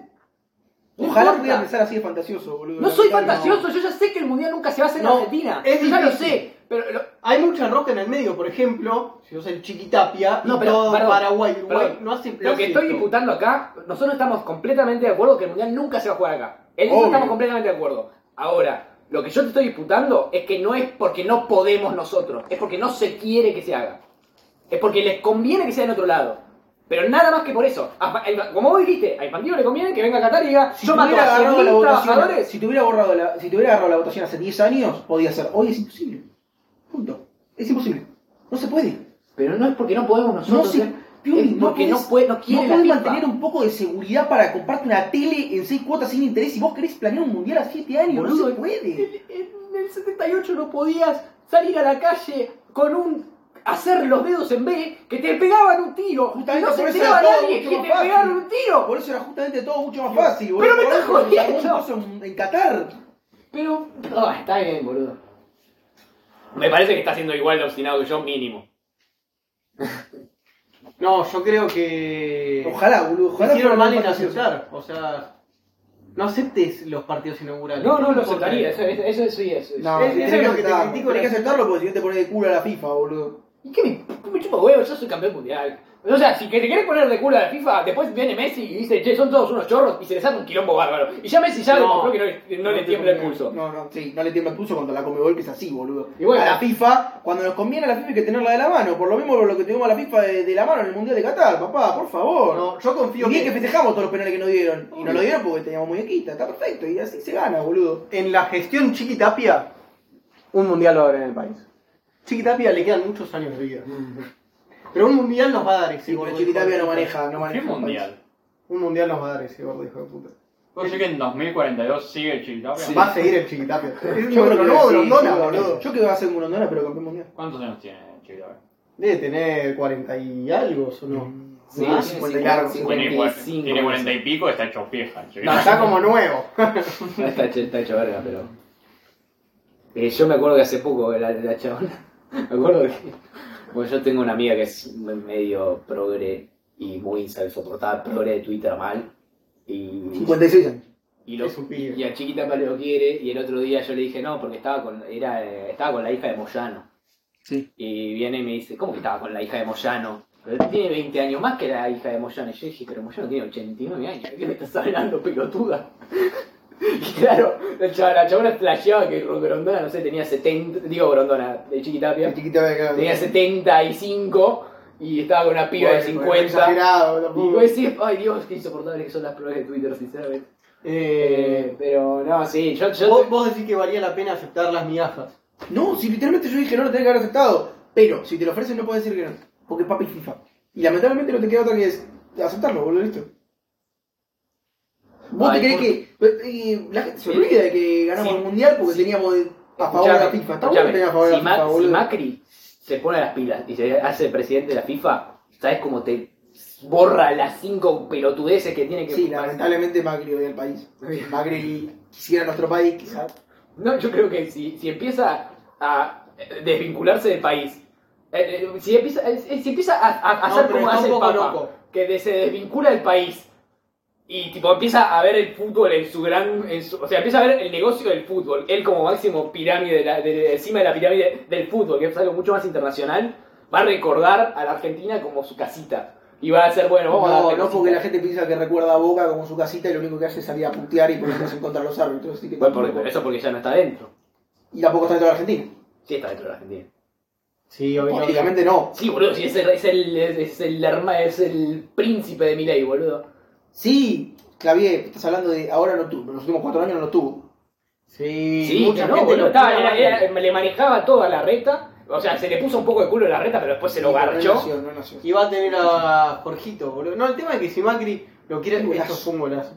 No Ojalá importa. pudiera empezar así de fantasioso, boludo. No soy La verdad, fantasioso, yo ya sé que el mundial nunca se va a hacer No, en Argentina. es Yo ya lo difícil. sé. Pero lo- Hay mucha roca en el medio, por ejemplo, si sos el Chiquitapia, No, y pero, todo perdón, Paraguay, Uruguay, perdón. no hacen Lo que estoy disputando acá, nosotros estamos completamente de acuerdo que el mundial nunca se va a jugar acá. En eso Obvio. estamos completamente de acuerdo. Ahora, lo que yo te estoy disputando es que no es porque no podemos nosotros, es porque no se quiere que se haga. Es porque les conviene que sea en otro lado. Pero nada más que por eso. A- a- Como vos dijiste, a Infantino le conviene que venga a Qatar y diga, Si yo te mato hubiera a cien agarrado la mil votación, trabajadores. si te hubiera borrado la, si te hubiera agarrado la votación hace diez años, podía ser. Hoy es imposible. Punto. Es imposible. No se puede. Pero no es porque no podemos No nosotros. se, ¿eh? Pioli, Es porque no puede- no quiere la podés FIFA. mantener un poco de seguridad para comprarte una tele en seis cuotas sin interés y vos querés planear un mundial a siete años. Boludo, no se puede. En, en el setenta y ocho no podías salir a la calle con un... hacer los dedos en B, que te pegaban un tiro. Justamente no se por eso enteraba era todo nadie mucho que más te fácil. pegaron un tiro. Por eso era justamente todo mucho más fácil, Pero me Por estás eso se armó jodiendo. un coso en, en Qatar. Pero... ah, está bien, boludo. Me parece que está siendo igual de obstinado que yo, mínimo. No, yo creo que. Ojalá, boludo. Ojalá Hicieron fuera mal en tan fácil. aceptar. O sea, no aceptes los partidos inaugurales. No, no lo importa. aceptaría. Eso, eso, eso sí, eso. No, Es- tenés eso que es lo que te aceptarlo, critico, tenés que pero- aceptarlo porque si no te pones de culo a la FIFA, boludo. ¿Y qué me, me chupa huevo? Yo soy campeón mundial. O sea, si que te querés poner de culo a la FIFA, después viene Messi y dice, che, son todos unos chorros y se les hace un quilombo bárbaro. Y ya Messi ya No. demostró que no, le- no le tiembla el pulso. No, no, sí, no le tiembla el pulso cuando la Conmebol que es así, boludo. Y bueno. a la FIFA, cuando nos conviene a la FIFA hay que tenerla de la mano. Por lo mismo lo que tuvimos a la FIFA de, de la mano en el Mundial de Qatar, papá, por favor. No, yo confío Y bien que, que festejamos todos los penales que nos dieron. Y nos lo dieron porque teníamos muñequita, está perfecto. Y así se gana, boludo. en la gestión Chiquitapia, un mundial lo va a haber en el país. Chiquitapia le quedan muchos años de vida. Pero un mundial nos va a dar ese Sí, gordo pero hijo de Chiquitapia no puta. maneja, no ¿Qué maneja. el mundial? Un mundial nos va a dar ese gordo hijo de puta. ¿Puedo decir que en dos mil cuarenta y dos sigue el Chiquitapia? Sí. Va a seguir el Chiquitapia. Es país. nuestro creo que nuevo sí, Grondona, yo- boludo. Yo creo que va a ser un Grondona, pero campeón mundial. ¿Cuántos años tiene Chiquitapia? Debe tener cuarenta y algo, ¿o no? Sí, Más, cincuenta y largo. Tiene, cua- cincuenta y cinco, tiene no cuarenta sé. y pico, está hecho vieja. el No, Chiquitapia. está como nuevo. Está hecho, está hecho verga, pero... Eh, yo me acuerdo que hace poco, la, la chabona... Me acuerdo que... Bueno, yo tengo una amiga que es medio progre y muy insoportable, progre de Twitter mal. Y... cincuenta y seis años. Y, lo, Es un pibe. y a Chiquita lo quiere, y el otro día yo le dije no, porque estaba con, era, eh, estaba con la hija de Moyano. Sí. Y viene y me dice, ¿cómo que estaba con la hija de Moyano? Pero él tiene veinte años más que la hija de Moyano. Y yo dije, pero Moyano tiene ochenta y nueve años, ¿de qué me estás hablando, pelotuda? Y claro, la chabona, la chabona flasheaba que Grondona, no sé, tenía setenta, digo Grondona, de Chiquitapia, El Chiquitapia acá. tenía setenta y cinco y estaba con una piba de Bueno, cincuenta. exagerado, Y tampoco. vos decís, ay Dios, qué insoportable que son las pruebas de Twitter, sinceramente. Eh, Eh, pero no, sí, yo, yo vos, vos decís que valía la pena aceptar las migajas. No, si literalmente yo dije no lo tenés que haber aceptado. Pero si te lo ofrecen no puedes decir que no. Porque es papi FIFA. Y lamentablemente no te queda otra que es aceptarlo, boludo, listo. ¿Vos Ay, te crees por- que pero, eh, la gente se olvida de que ganamos Sí. el mundial porque Sí. teníamos a favor de la FIFA? Está bueno que tengas a favor de si, la Ma- FIFA, si boludo. Macri se pone las pilas y se hace presidente de la FIFA, ¿sabes cómo te borra las cinco pelotudeces que tiene que Sí, lamentablemente Macri odia el país. Macri quisiera nuestro país, quizás. No, yo creo que si, si empieza a desvincularse del país, eh, eh, si empieza, eh, si empieza a, a- a No, hacer pero como está hace un el poco Papa, loco. que de- se desvincula del país y tipo empieza a ver el fútbol en su gran, en su- o sea, empieza a ver el negocio del fútbol, él como máximo pirámide, de la- de- de- encima de la pirámide del fútbol, que es algo mucho más internacional, va a recordar a la Argentina como su casita. Y va a ser, bueno, vamos a No, darle no cosita. porque la gente piensa que recuerda a Boca como su casita y lo único que hace es salir a putear y ponerse en contra de los árbitros. Así que Bueno, por- tampoco- eso porque ya no está dentro. Y tampoco está dentro de Argentina. Sí está dentro de la Argentina. Sí, obviamente. Políticamente no. Sí, boludo, sí, es el, es el, es el, herma- es el príncipe de Milei, boludo. Sí, Clavier, estás hablando de ahora no tuvo, pero los últimos cuatro años no lo tuvo. Sí, Sí, mucha que no, gente boludo, lo estaba- tira era- mal. era- le manejaba toda la reta. O sea, se le puso un poco de culo en la reta, pero después se lo Sí, pero no garchó. nació, no nació. Y va a tener a Jorgito, boludo. No, el tema es que si Macri lo quiere. Un golazo. Esto fue un golazo.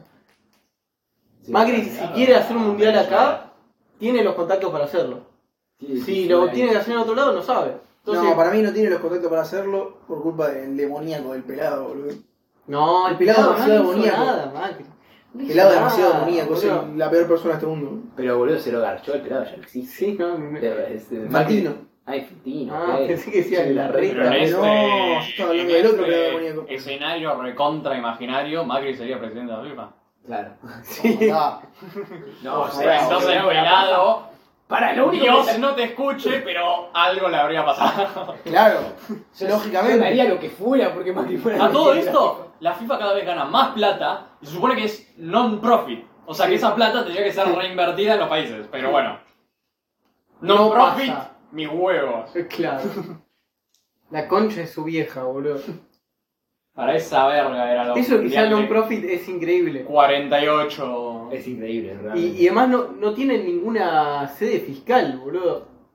Sí, Macri, claro, si quiere hacer un mundial acá, tiene los contactos para hacerlo. sí, Si sí, lo sí, tiene que hacer en otro lado, no sabe. Entonces, No, para mí no tiene los contactos para hacerlo por culpa del demoníaco del pelado, boludo. no, el pelado no demasiado hizo demoníaco. nada, Macri. No El hizo pelado es nada, demasiado demoníaco, es boludo. el- la peor persona de este mundo. Pero boludo, se lo garchó el pelado, ya no existe. Sí, no, me- Pero es- es- Martino. Ay, Fantino. Ah, ok. pensé que decía Sí, la Pero en reta. este, no, yo estaba hablando en del otro este que era demoníaco. escenario recontra imaginario, Macri sería presidente de la FIFA. Claro. Ah, No, O sea, entonces el pelado, Para lo único Dios que no te escuche, pero algo le habría pasado. claro, yo, lógicamente. yo daría lo que fuera porque Macri fuera. A todo presidente. esto, la FIFA cada vez gana más plata y se supone que es non-profit. O sea que esa plata tendría que ser reinvertida en los países. Pero bueno. No Non-profit, pasa. mis huevos. Claro. La concha es su vieja, boludo. Para esa verga era lo Eso que sea mundial de non-profit es increíble. cuarenta y ocho. Es increíble, Y, realmente. y además no, no tienen ninguna sede fiscal, boludo.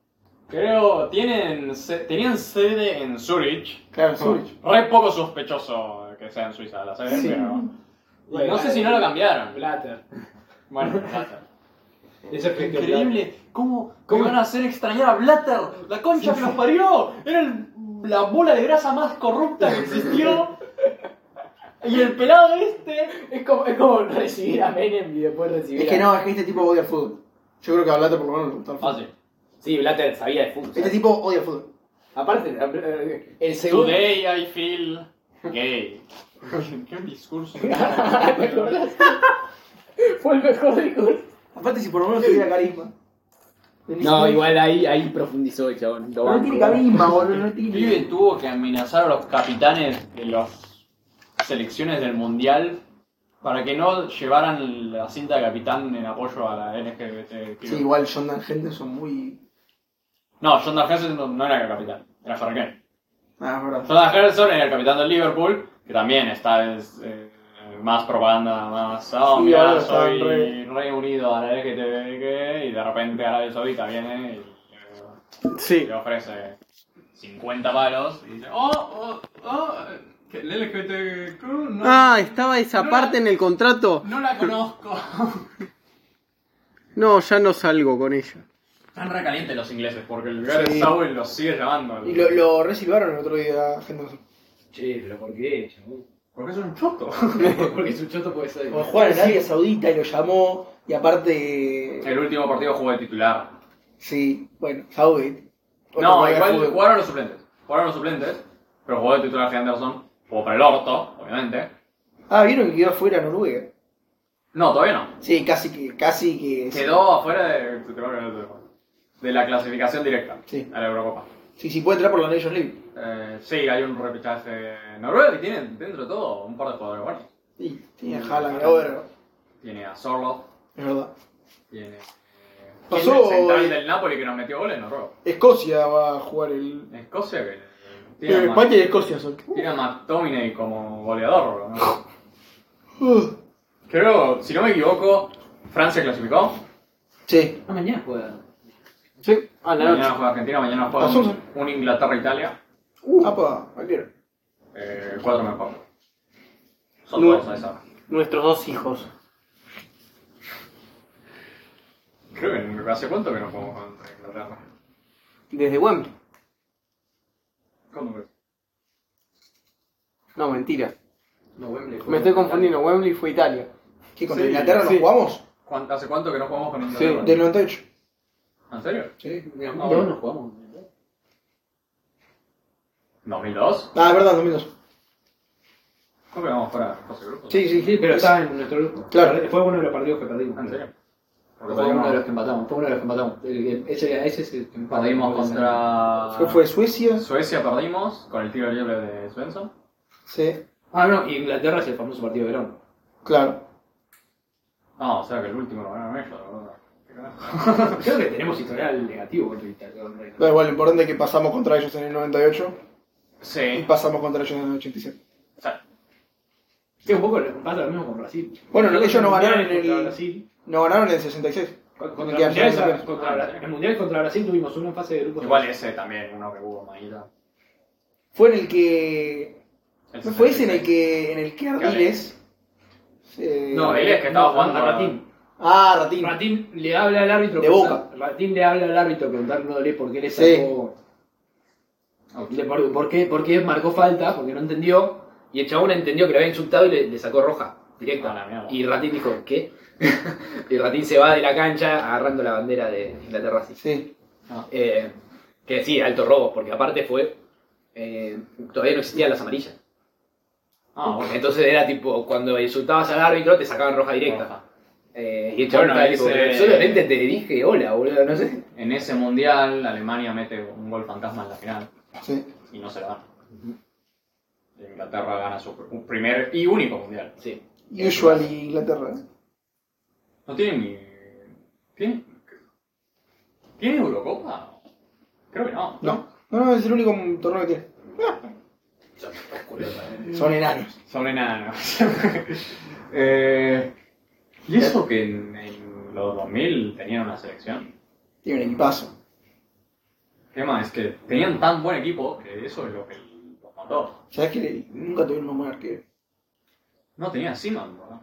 Creo, tienen, se- tenían sede en Zurich. Claro, Zurich. Re poco sospechoso que sea en Suiza la sede, Sí. pero... Bueno, no sé si no lo cambiaron. Blatter. Bueno, Blatter. Ese efecto Increíble. ¿Cómo, ¿Cómo van a hacer extrañar a Blatter? La concha que los parió. Era el- la bola de grasa más corrupta que existió. Y el pelado este... Es como, es como recibir a Menem y después recibir Es que a... no, es que este tipo odia el fútbol. Yo creo que a Blatter por lo menos le gusta el fútbol. Ah, sí. Sí, Blatter sabía de fútbol. Este ¿sabes? tipo odia el fútbol. Aparte, eh, el segundo... Today I feel gay. Qué discurso. ¿Te acordás? Fue el mejor discurso. Aparte, si por lo menos tuviera carisma. No, igual ahí, ahí profundizó el chabón. Lo No banco. tiene carisma, boludo. No El tiene. pibe tuvo que amenazar a los capitanes de las selecciones del mundial para que no llevaran la cinta de capitán en apoyo a la L G B T. Sí, igual John Dan Henderson muy. No, John Dan Henderson no, no era el capitán, era Harry Kane. Ah, es verdad. John Dan Henderson era el capitán del Liverpool, que también está es, eh, más propaganda, más oh, Sí, mira, ahora está soy re- re unido a la L G B T y de repente Arabia Saudita viene y eh, Sí. le ofrece cincuenta palos y dice, oh, oh, oh, que el L G B T Q no, Ah, estaba esa No, parte en el contrato. no la conozco. No, ya no salgo con ella. Están recalientes los ingleses porque el Gareth Sí. Southgate los sigue llamando. Y lo, lo resilvaron el otro día a Henderson. Che, pero ¿por qué, chabón? Porque es un choto. Porque su choto puede ser. Como jugar en Arabia Saudita y lo llamó. Y aparte. El último partido jugó de titular. Sí, bueno, Southgate. Otro No, jugador de igual fútbol. jugaron los suplentes. Jugaron los suplentes, pero jugó de titular Henderson. Jugó para el orto, obviamente. Ah, ¿vieron que quedó afuera Noruega? No, todavía no. Sí, casi que. Casi que. Quedó afuera de, de la clasificación directa Sí. a la Eurocopa. Sí, sí, puede entrar por la Nations League. Eh, sí, hay un repechaje en Noruega que tiene dentro de todo un par de jugadores buenos. Sí, tiene a Haaland ahora, Tiene a Sorloth, es verdad. tiene. eh, Pasó- ¿quién es el central del Napoli que nos metió goles en Noruega? Escocia va a jugar el. Escocia que. Eh, Tiene, a, Ma- España y Escocia son. tiene a McTominay como goleador, ¿no? Uh, Creo, si no me equivoco, Francia clasificó. sí. Ah, mañana juega. Sí, a la Mañana noche. juega Argentina, mañana juega Pasó. un, un Inglaterra-Italia. Uh, apa, cualquiera. Eh, cuatro mejor. Son No. todos a esa hora. Nuestros dos hijos. Creo que hace cuánto que no jugamos contra Inglaterra. Desde Wembley. ¿Cuándo fue? No, mentira. No, Wembley fue- Me estoy confundiendo. Wembley fue Italia. ¿Qué contra Sí, Inglaterra nos sí. jugamos? ¿Cuánto- ¿Hace cuánto que no jugamos con Inglaterra? Del noventa y ocho. ¿En serio? Sí. No, No, no jugamos. ¿dos mil dos? Ah, es verdad, dos mil dos. ¿Cómo que vamos fuera de fase de grupos? Sí, sí, Sí, pero estaba en nuestro grupo. Claro. Fue uno de los partidos que perdimos. ¿En serio? Porque Fue uno de los perdimos, que empatamos. Fue uno de los que empatamos. El que- Ese, ese es el que empatamos. perdimos contra... ¿Fue, fue Suecia? Suecia perdimos con el tiro libre de Svensson. Sí. Ah, no, y Inglaterra es el famoso partido de Verón. Claro. No, o sea que el último lo ganaron ellos. ¿no? ¿Qué carajo? Creo que tenemos historial negativo contra Italia. Da igual, lo importante es que pasamos contra ellos en el noventa y ocho y Sí. pasamos contra ellos en el ochenta y siete. O sea, Sí, un poco le pasa lo mismo con Brasil. Bueno, Creo que ellos no los ganaron mundiales en el- contra Brasil. No ganaron en el sesenta y seis. Contra En los que mundiales, Argentina contra, campeón. Bra- el mundial contra Brasil tuvimos uno en fase de grupos. igual ese también, uno que hubo Maíta. Fue en el que. El ¿No fue ese en el sesenta y seis. que, en el que Ardiles? eh, No, él es que estaba no, jugando a a- Ratín. Ah, Ratín. Ratín le habla al árbitro. De pregunta- Boca. Ratín le habla al árbitro preguntándole por qué le Sí. sacó. le- por, por qué, por qué marcó falta, porque no entendió. Y el chabón entendió que le había insultado y le, le sacó roja. Directa. A la mierda. Y Ratín dijo, ¿qué? Y Ratín se va de la cancha agarrando la bandera de Inglaterra así. Sí. Eh, que sí, alto robo, porque aparte fue. eh, todavía no existían las amarillas. Ah, bueno. Entonces era tipo, cuando insultabas al árbitro te sacaban roja directa. Roja. Eh, y el chabón Bueno, estaba tipo, ese- solamente te dije hola, boludo, no sé. En ese mundial, Alemania mete un gol fantasma en la final Sí. y no se la gana. Inglaterra gana su pr- primer y único mundial. Sí. Usual y Inglaterra. No tienen ni. ¿Tienen, ¿Tienen Eurocopa? Creo que no. No. No, no, es el único torneo que tiene. Son enanos. Son enanos. eh, ¿Y eso que en, en los dos mil tenían una selección? Tiene un equipazo. tema es que tenían tan buen equipo que eso es lo que los mató. ¿Sabes que nunca tuvieron un buen arquero? No tenía Seaman, ¿no?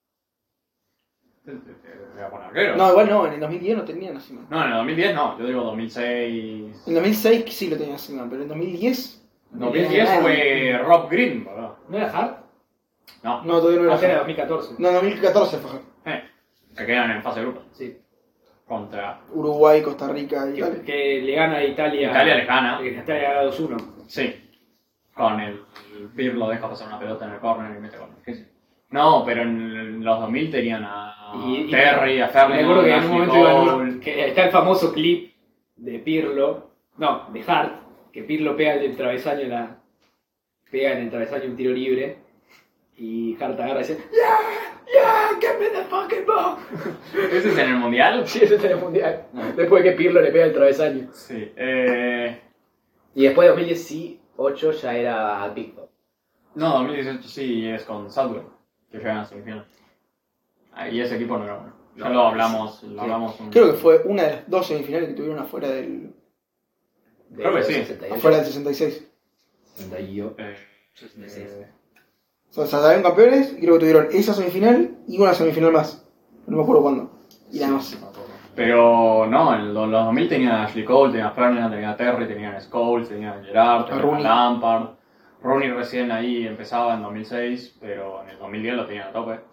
Te, te, te voy a poner arquero. No, igual no, en el dos mil diez no tenían así. No, en el dos mil diez no, yo digo dos mil seis. En el dos mil seis sí lo tenían así, pero en el dos mil diez. dos mil diez fue Rob Green, ¿verdad? ¿No era Hart? No, No, todavía no Ah, era era. dos mil catorce. No, dos mil catorce fue. eh, se quedan en fase de grupo Sí. contra Uruguay, Costa Rica y Que, tal. que le gana a Italia. Italia le gana. Que Italia gana dos uno. Sí, con el, el Pirlo deja pasar una pelota en el córner y mete gol. Sí, sí. No, pero en los dos mil tenían a Y- y- Terry, a Me Ferdinand, acuerdo que a en un Ashley momento iba en Cole. un- que está el famoso clip de Pirlo, no, de Hart, que Pirlo pega el del travesaño, la, pega en el travesaño un tiro libre, y Hart agarra y dice, ¡Yeah! ¡Yeah! ¡Give me the fucking ball! ¿Ese es en el mundial? Sí, eso es en el mundial. Después que Pirlo le pega el travesaño. Sí. Eh, Y después de dos mil dieciocho ya era Pickford. no, dos mil dieciocho sí es con Southgate, que llegan a semifinal. Ah, y ese equipo no era bueno. Ya No, lo hablamos, lo sí. hablamos un... Creo que fue una de las dos semifinales que tuvieron afuera del, De Creo que sí. sesenta y ocho, afuera del sesenta y seis. sesenta y ocho, Eh, sesenta y seis. eh, O sea, salieron campeones y creo que tuvieron esa semifinal y una semifinal más. No me acuerdo cuándo. Y nada más. Pero no, en los dos mil tenían a Ashley Cole, tenían a Ferdinand, tenían a Terry, tenían a Scholes, tenían a Gerrard, tenían a Rooney. Lampard. Rooney recién ahí empezaba en dos mil seis, pero en el dos mil diez lo tenían a tope.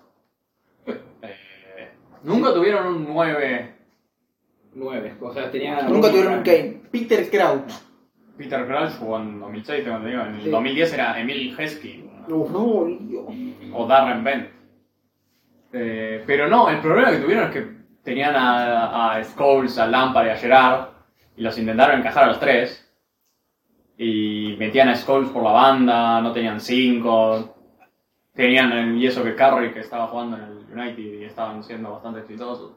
Eh, nunca tuvieron un nueve. nueve. O sea, tenía. Nunca tuvieron un Kane. Peter Crouch. Peter Crouch jugó en dos mil seis, tengo entendido. En el Sí. dos mil diez era Emil Heskey Uf, no, Dios. o Darren Bent. Eh, pero no, el problema que tuvieron es que tenían a, a Scholes, a Lampard y a Gerrard y los intentaron encajar a los tres. Y metían a Scholes por la banda, no tenían cinco. Tenían el, y eso que Curry, que estaba jugando en el United y estaban siendo bastante exitosos.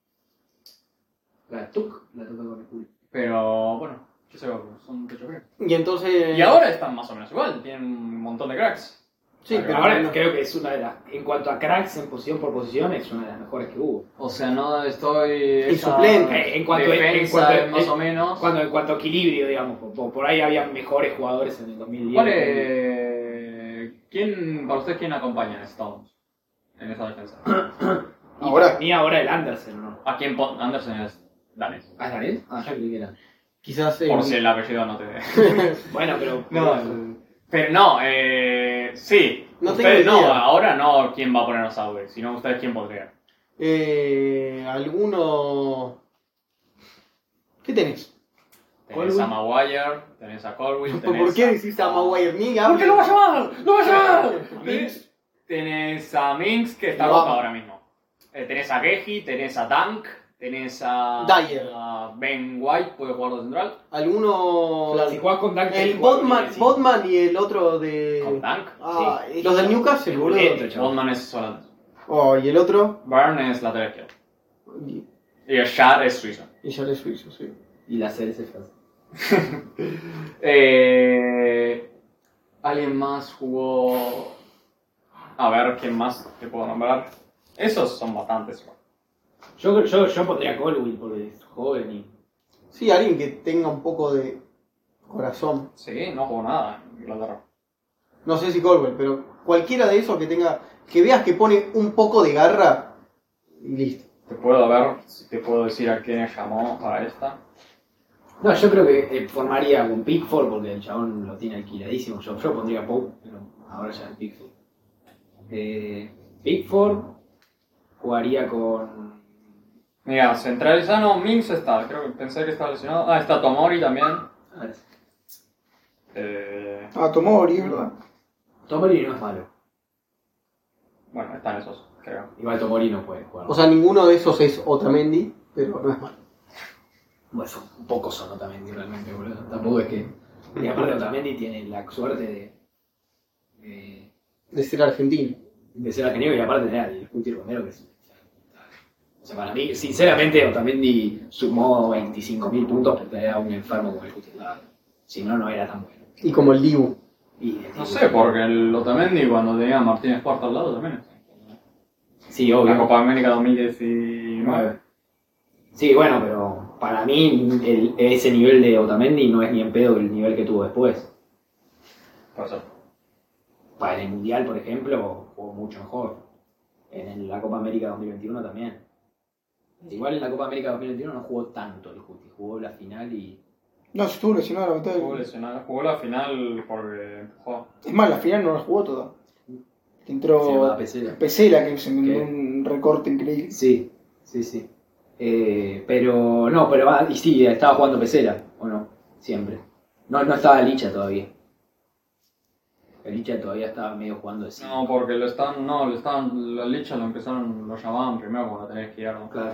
La Tuc, la toca con el culo. Pero bueno, qué sé yo, son techos bien. Y entonces. Y ahora están más o menos igual, tienen un montón de cracks. Sí, Pero pero ahora bueno. creo que es una de las. En cuanto a cracks en posición por posición, es una de las mejores que hubo. O sea, no estoy... Y suplente. Eh, en cuanto- defensa en cuanto- es más en- o menos... Cuando, en cuanto a equilibrio, digamos, por, por ahí había mejores jugadores en el dos mil diez. ¿Cuál es... ¿Quién, para ustedes, quién acompaña a Stones en esa defensa? Y Ahora. para mí ahora el Andersen, ¿no? ¿A quién pon- Anderson es danés? ¿Ah, es Daniel? Ah, yo creí que era. Quizás. eh, Por si el apellido no te... Bueno, pero. No, pero no, eh, sí. No tengo ustedes no, idea. ahora no quién va a poner a Sauber, sino ustedes quién pondrían. eh, alguno. ¿Qué tenés? Tenés Colwyn. a Maguire, tenés a Colwyn, ¿Por, tenés por qué decís a Maguire? Ni ¿Por qué lo va a llamar? ¡Lo va a llamar! Minks. Tenés, tenés a Minks, que está Lo roto amo. ahora mismo. Eh, tenés a Geji, tenés a Dunk, tenés a, Dyer. a Ben White, puede jugar de central. Alguno. Si jugás con Dunk, El jugás Botman, bien, sí. Botman y el otro de. Con Dunk. Ah, Sí. los del Newcastle, boludo. Lento, chabón. Bondman es holandés. Oh, y el otro. Byrne es lateral izquierdo. Y, Y el Shad es suizo. y ya es suizo, sí. Y la C S Francia. Eh, ¿Alguien más jugó? A ver, ¿quién más te puedo nombrar? Esos son bastantes. Yo, yo, yo pondría a Colwyn porque es joven y. Sí, alguien que tenga un poco de corazón. Sí, no jugó nada en Inglaterra. No sé si Colwell, pero cualquiera de esos que tenga. Que veas que pone un poco de garra. Y listo. Te puedo ver, te puedo decir a quién llamó para esta. No, yo creo que eh, formaría con Pickford porque el chabón lo tiene alquiladísimo. Yo, yo pondría a Pope, pero ahora ya es Pickford. Eh, Pickford jugaría con. Mira, centralizano, Minks está, creo que pensé que estaba lesionado. Ah, está Tomori también. A ver, Eh, Ah, Tomori, es verdad. Tomori no es malo. bueno, están esos, creo. Igual Tomori no puede jugar. O sea, ninguno de esos es Otamendi, pero no es malo. Bueno, son pocos son Otamendi realmente, boludo. Tampoco es que. Y aparte Otamendi tiene la suerte de. de, De ser argentino. de ser argentino y aparte de el Cuti Romero que es. O sea, para mí, sinceramente, Otamendi sumó veinticinco mil puntos porque era un enfermo como el Cuti. Si no, no era tan bueno. Y como el Dibu. Y, No sé, porque el Otamendi cuando tenía a Martínez Cuarto al lado también. Sí, La obvio. Copa América dos mil diecinueve. Sí, bueno, pero para mí el, ese nivel de Otamendi no es ni en pedo el nivel que tuvo después. Pasó. Para el Mundial, por ejemplo, jugó mucho mejor. En la Copa América dos mil veintiuno también. Igual en la Copa América dos mil veintiuno no jugó tanto el Guti, jugó la final y... No, estuvo lesionado la mitad del- Jugó lesionado. Jugó la final porque empujó. Es más, la final no la jugó toda. Entró Se va a Pesela. Pesela, que se mandó ¿Qué? un recorte increíble. Sí, sí, sí. Eh, pero no, pero va, y sí, estaba jugando Pesela, ¿o no? Siempre. No, no estaba Licha todavía. El Licha todavía estaba medio jugando de cinco. No, porque lo están, no, lo estaban, los lichas lo empezaron, lo llamaban primero cuando tenés izquierdo. Claro.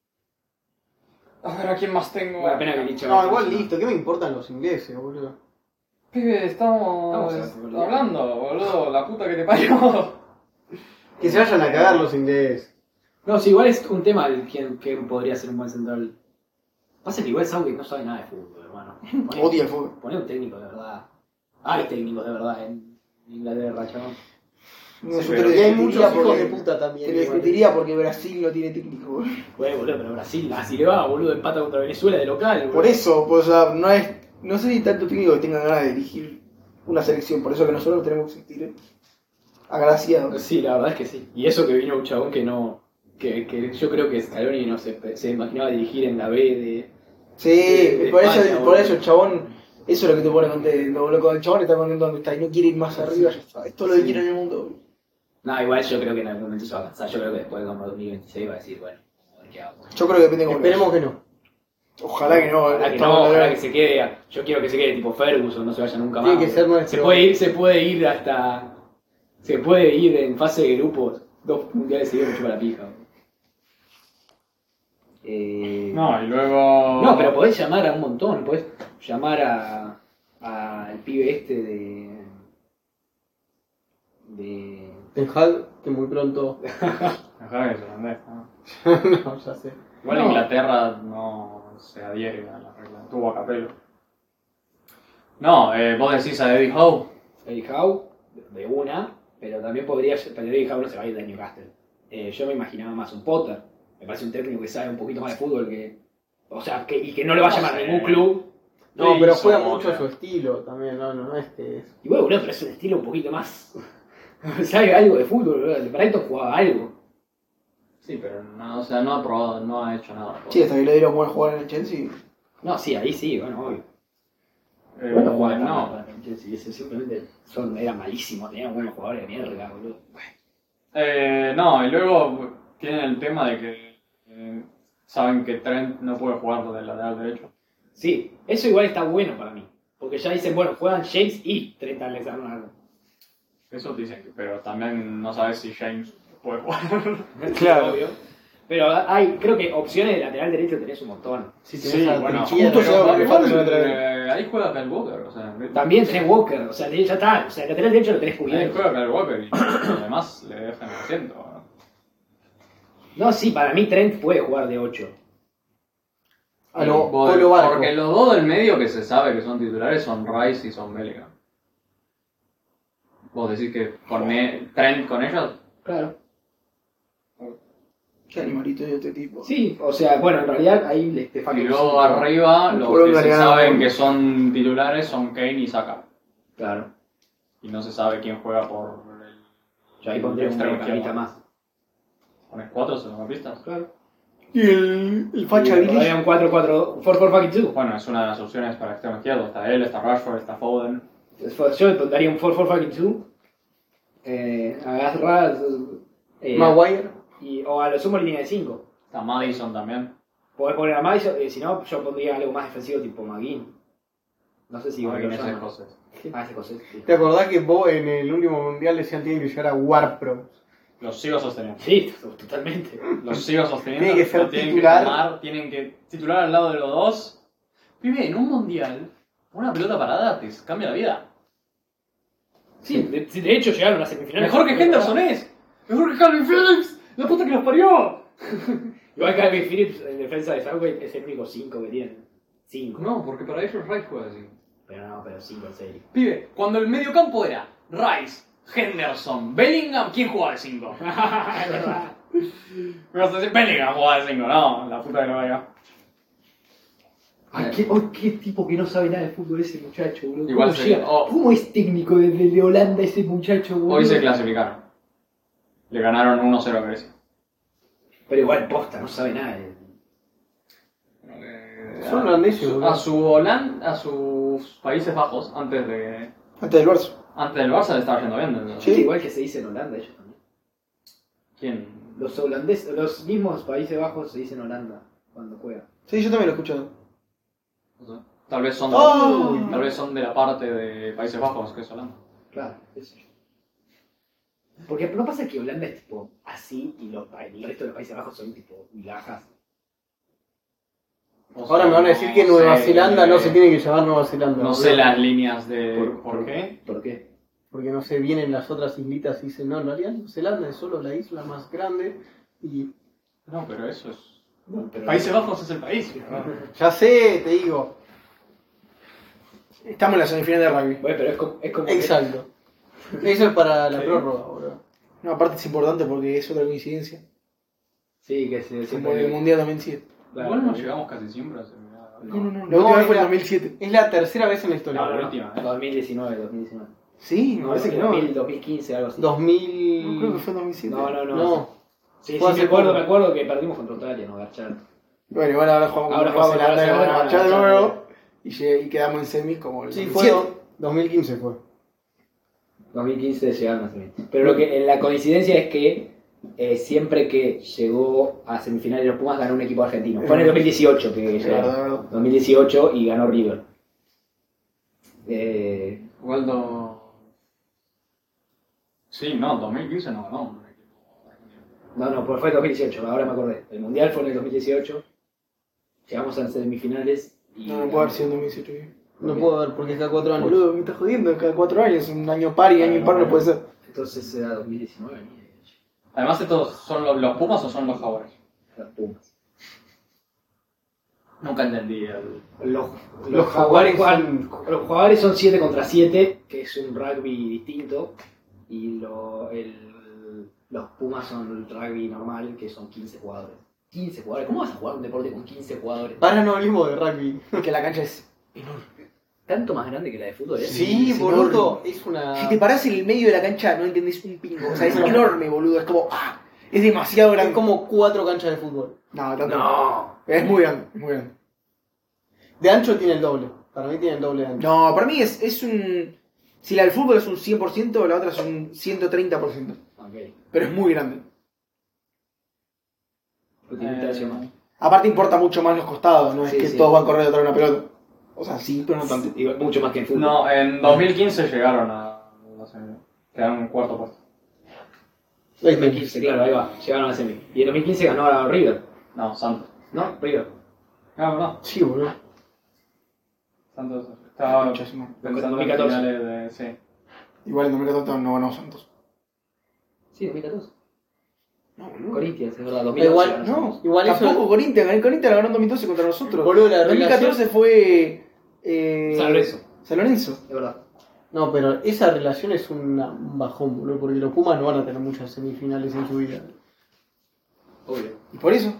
A ver, ¿a quién más tengo? Una pena que Licha No, igual listo, ¿qué me importan los ingleses, boludo? Pibe, estamos, Estamos hablando. hablando, boludo, la puta que te parió. Que se vayan a cagar los ingleses. No, sí, igual es un tema el quién, quién podría ser un buen central. Pasa que igual Southgate no sabe nada de fútbol, hermano. Poné- Odia el fútbol. Poné un técnico de verdad. Hay técnicos de verdad en Inglaterra, chabón. No, Sí, yo pero- te lo Y hay discutiría muchos hijos porque- de puta Te también. lo discutiría porque Brasil no tiene técnico, boludo. Güey, boludo, pero Brasil, así le va, boludo, empata contra Venezuela de local, boludo. Por eso, pues, o sea, no es. No sé si tanto técnico que tenga ganas de dirigir una selección, por eso que nosotros tenemos que sentir agraciados. Sí, la verdad es que sí. Y eso que vino un chabón que no... Que, que yo creo que Scaloni no se, se imaginaba dirigir en la B de... Sí, de- de por, eso, España, por boludo. eso el chabón, eso es lo que te pone contento, boludo. El chabón está contento donde está y no quiere ir más arriba, ya está. Es todo lo que quiere en el mundo, boludo. No, igual yo creo que en algún momento se va a cansar. Yo creo que después de dos mil veintiséis va a decir, bueno, a ver qué hago. Yo creo que depende de cómo lo Esperemos que no. haga. Ojalá que no. Ojalá que estamos no, ojalá hablando- que se quede. Yo quiero que se quede tipo Ferguson, no se vaya nunca más. Tiene que boludo. ser nuestro- Se puede ir, se puede ir hasta... Se puede ir en fase de grupos. Dos mundiales seguidos me chupa la pija. boludo. Eh... No, y luego... No, pero podés llamar a un montón, podés llamar a, a el pibe este de... de... Ten Hag, que muy pronto. Dejá que se lo andé, ¿no? No, ya sé. Igual No. Inglaterra no se adhiere a la regla, tuvo a Capello. No, eh, vos decís a Eddie Howe. Eddie Howe, de una, pero también podría ser, pero Eddie Howe no se va a ir de Newcastle. Eh, yo me imaginaba más un Potter, me parece un técnico que sabe un poquito más de fútbol que... O sea, que, y que no le va a No llamar a sé. ningún club. No, Sí, pero hizo juega como mucho a que- su estilo también, no, no, no es que es. Y bueno, boludo, pero es un estilo un poquito más... sabe algo de fútbol, boludo. El Brighton jugaba algo. Sí, pero no, o sea, no ha probado, no ha hecho nada. Sí, hasta que le dieron buen jugar en el Chelsea. No, sí, ahí sí, bueno, obvio. Eh, Bueno, jugaba no. no. Chelsea, ese simplemente son, era malísimo, tenían buenos jugadores de mierda, boludo. Eh, no, y luego tienen el tema de que eh, saben que Trent no puede jugar del lateral derecho. Sí, eso igual está bueno para mí. Porque ya dicen, bueno, juegan James y Trent Alexander-Arnold. Eso dicen, que- pero también no sabes si James puede jugar. Claro. Obvio. Pero hay, creo que opciones de lateral derecho tenés un montón. Si Sí, tenés a bueno, Trinchiera, justo ¿no? se va- Pero le falta igual, un lateral. eh, ahí juega Kyle Walker, o sea, También tenés Walker, o sea, ya está. O sea, el lateral derecho lo tenés ahí cubierto. juega Kyle Walker y además le dejan el asiento. ¿no? No, sí, para mí Trent puede jugar de ocho. A lo Vos- Polo Barco. Porque los dos del medio que se sabe que son titulares son Rice y son Bellingham. Vos decís que con e- Trent con ellos. Claro. Qué animalito de este tipo. Sí, o sea, bueno, en realidad ahí le te falta Y un luego cinco. arriba los Puro que se Mariano. saben que son titulares son Kane y Saka. Claro. Y no se sabe quién juega por el. Yo ahí pondría un extremo mediocampista izquierdo. más. ¿Pones cuatro centrocampistas? Claro. Y el, el facha Había gris. un cuatro cuatro cuatro cuatro dos. Bueno, es una de las opciones para el extremo izquierdo. Está él, está Rashford, está Foden. Yo le pondría un cuatro cuatro dos. Eh, agarras. Eh, Maguire. y, o a lo sumo línea de cinco. Está Madison también. Podés poner a Madison, eh, si no, yo pondría algo más defensivo tipo McGinn. No sé si igual Alguien lo es llaman. escocés. Ah, ese José, sí. ¿Te acordás que vos en el último mundial decían tienen que llegar a Warpro? Los sigo sosteniendo. Sí, totalmente. Los sigo sosteniendo. Tiene que ser lo tienen titular. Que tomar, tienen que titular al lado de los dos. Pibe, en un mundial, una pelota parada te cambia la vida. Sí, de, de hecho llegaron a las semifinales. Mejor que Henderson es. Mejor que Calvin Phillips. La puta que los parió. Igual Calvin Phillips en defensa de Southgate es el único cinco que tienen. cinco. No, porque para ellos Rice juega así. Pero no, pero cinco en serio. Pibe, cuando el mediocampo era Rice, Henderson, Bellingham, ¿quién jugaba de cinco? Es verdad. Me vas a decir Bellingham jugaba de cinco. No, la puta que lo vaya. Ay, qué, oh, qué tipo que no sabe nada de fútbol ese muchacho, boludo. Igual ¿Cómo, se- llega? oh. ¿Cómo es técnico de, de Holanda ese muchacho, boludo? Hoy se clasificaron. Le ganaron uno cero a Grecia. Pero igual, posta, no sabe nada. de- Eh, Son holandeses, boludo. A su Holanda, a sus Países Bajos, antes de Antes del Barça. antes del Barça le estaba yendo bien. ¿no? Sí, igual que se dice en Holanda, ellos también. ¿Quién? Los holandeses, los mismos Países Bajos se dicen Holanda cuando juegan. Sí, yo también lo he escuchado. No sé. Tal vez son de, Oh. tal vez son de la parte de Países Bajos que es Holanda. Claro, eso. Porque no pasa que Holanda es tipo así y los, pa- el resto de los Países Bajos son tipo migajas. O Ahora sea, me van a decir no que Nueva sé, Zelanda no eh, se tiene que llamar Nueva Zelanda. No boludo. sé las líneas de. ¿Por- ¿Por, qué? ¿Por qué? Porque no sé, vienen las otras islitas y dicen, no, en realidad Nueva Zelanda es solo la isla más grande. Y No, pero eso es. No, pero- Países Bajos es el país. ya sé, te digo. Estamos en la semifinal de rugby. Bueno, pero es como. Es como que- Exacto. Eso es para la Sí. prórroga, boludo. No, aparte es importante porque es otra coincidencia. Sí, que se. Como siempre- el Mundial dos mil siete. Claro. Igual nos llegamos casi siempre a semifinal. No, no, no. La No, última vez es fue en la- dos mil siete. Es la tercera vez en la historia. No, la boludo. última, ¿eh? dos mil diecinueve, dos mil diecinueve. Sí, me parece que no. dos mil, dos mil quince, algo así. No, dos mil... creo que fue en dos mil siete. No, no, no. No. Sí, sí, Fue me hace acuerdo, poco. me acuerdo que perdimos contra Australia, no, Garchar. Bueno, igual ahora jugamos Ahora con Nueva jugamos Zelanda y contra vamos a Nueva marchar de Zelanda. nuevo. Y, llegué- y quedamos en semis como el Sí, dos mil fue siete. dos mil quince fue. dos mil quince llegaron a semifinales. Pero lo que, la coincidencia es que eh, siempre que llegó a semifinales los Pumas ganó un equipo argentino. Fue en el dos mil dieciocho que Es verdad, llegaron. es verdad. dos mil dieciocho y ganó River. Eh, Igual do... Sí, no, dos mil quince no ganó. no, no, pues fue en dos mil dieciocho, ahora me acordé. El Mundial fue en el dos mil dieciocho. Llegamos a las semifinales. Y No, no puede haber sido en dos mil dieciocho. No puedo ver porque es cada cuatro años. Boludo, me estás jodiendo, cada cuatro años, un año par y año impar no puede ser. Entonces era dos mil diecinueve, ni idea. Además, ¿estos son los, los Pumas o son los Jaguares? Los Pumas. Nunca entendí el... Los, los, Los jaguares jaguares juegan- los jaguares son siete contra siete, que es un rugby distinto, y lo- el- los pumas son el rugby normal, que son quince jugadores. quince jugadores, ¿cómo vas a jugar un deporte con quince jugadores? Para no hablemos de rugby. Que la cancha es enorme. Tanto más grande que la de fútbol, ¿eh? Sí, es boludo, es una... Si te parás en el medio de la cancha no entendés un pingo. O sea, es enorme, boludo. Es como, ah, es demasiado grande. Es como cuatro canchas de fútbol. No, tanto. No. Es muy grande, es muy grande. De ancho tiene el doble. Para mí tiene el doble de ancho. No, para mí es, es un... Si la del fútbol es un cien por ciento, la otra es un ciento treinta por ciento. Ok. Pero es muy grande. Utilización más. Aparte importa mucho más los costados, no es Sí, que sí. todos van corriendo atrás de una pelota. O sea, sí, pero no tanto. Digo, mucho más que en fútbol. No, en dos mil quince llegaron a la semifinal. Quedaron en cuarto puesto. Ahí dos mil tenés. quince, claro, ahí va. Llegaron a la semi. Y en dos mil quince ganó a River, No, Santos. ¿no? River. Ah, verdad. Sí, boludo. Santos estaba Concha de su madre. pensando en dos mil catorce. finales de... Sí. Igual en dos mil catorce no ganó Santos. Sí, dos mil catorce. No, boludo. Corinthians, es verdad. dos mil once Igual, ganó No, Santos. Igual eso- tampoco Corinthians. El Corinthians la ganó en dos mil doce contra nosotros. Boludo, la dos mil catorce fue... Eh, San Lorenzo. San Lorenzo. Es verdad. No, pero esa relación es una- un bajón, boludo, porque los Pumas no van a tener muchas semifinales en su vida. Obvio. Y por eso.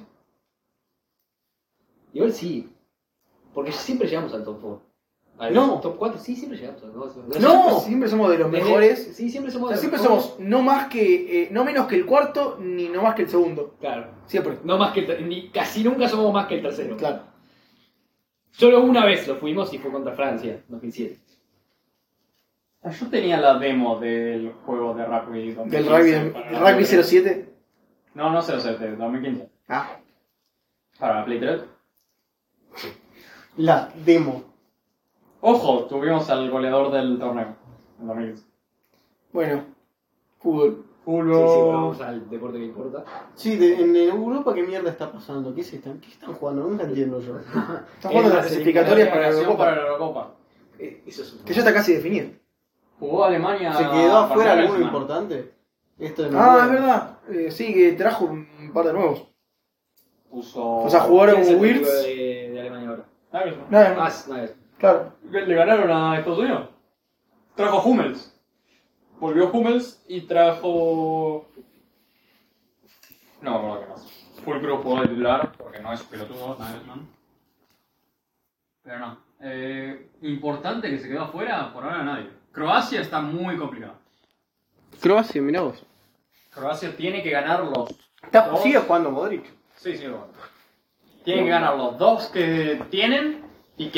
Igual sí. Porque siempre llegamos al top cuatro. Al No. top cuatro, sí, siempre llegamos al top cuatro. No, siempre, siempre somos de los Desde- mejores. Sí, siempre O somos sea, de los siempre mejores. somos no más que, eh, no menos que el cuarto, ni no más que el segundo. Claro. Siempre. No más que el ter- ni, casi nunca somos más que el tercero. Claro. Solo una vez lo fuimos y fue contra Francia, dos mil siete. Yo tenía la demo del juego de rugby. dos mil Del quince rugby, del para del la rugby Play cero tres. siete. No, no cero siete, dos mil quince. Ah. Para la Play tres. La demo. Ojo, tuvimos al goleador del torneo. En dos mil quince. Bueno. Fútbol. Sí, sí, bueno, vamos al deporte que importa. Sí, de- en, en Europa, ¿qué mierda está pasando? ¿Qué, se están, ¿Qué están jugando? Nunca entiendo yo. Están jugando Es las la clasificatorias para la Clasificación Eurocopa. para la Eurocopa. Eh, Eso es un... Que ya está casi definido. Jugó Alemania. ¿Se quedó afuera contra alguno Bélgica. importante? Esto de Ah, Noruega. es verdad. Eh, sí, que trajo un par de nuevos. Puso. O sea, jugaron ¿Quién es el técnico Wirtz. de, de Alemania ahora? Nagelsmann. Nada Ah, más. Nagel. Claro. Le ganaron a Estados Unidos. Trajo a Hummels. Volvió Hummels y trajo. No me acuerdo qué más. Fulcro jugó de titular, porque no es pelotudo, Nagelsmann. Pero no. Eh, importante que se quedó afuera, por ahora nadie. Croacia está muy complicado. Croacia, mirá vos. Croacia tiene que ganar los ¿Está, dos. ¿Sigue jugando Modric? Sí, sí, lo Tienen que ganar los dos que tienen y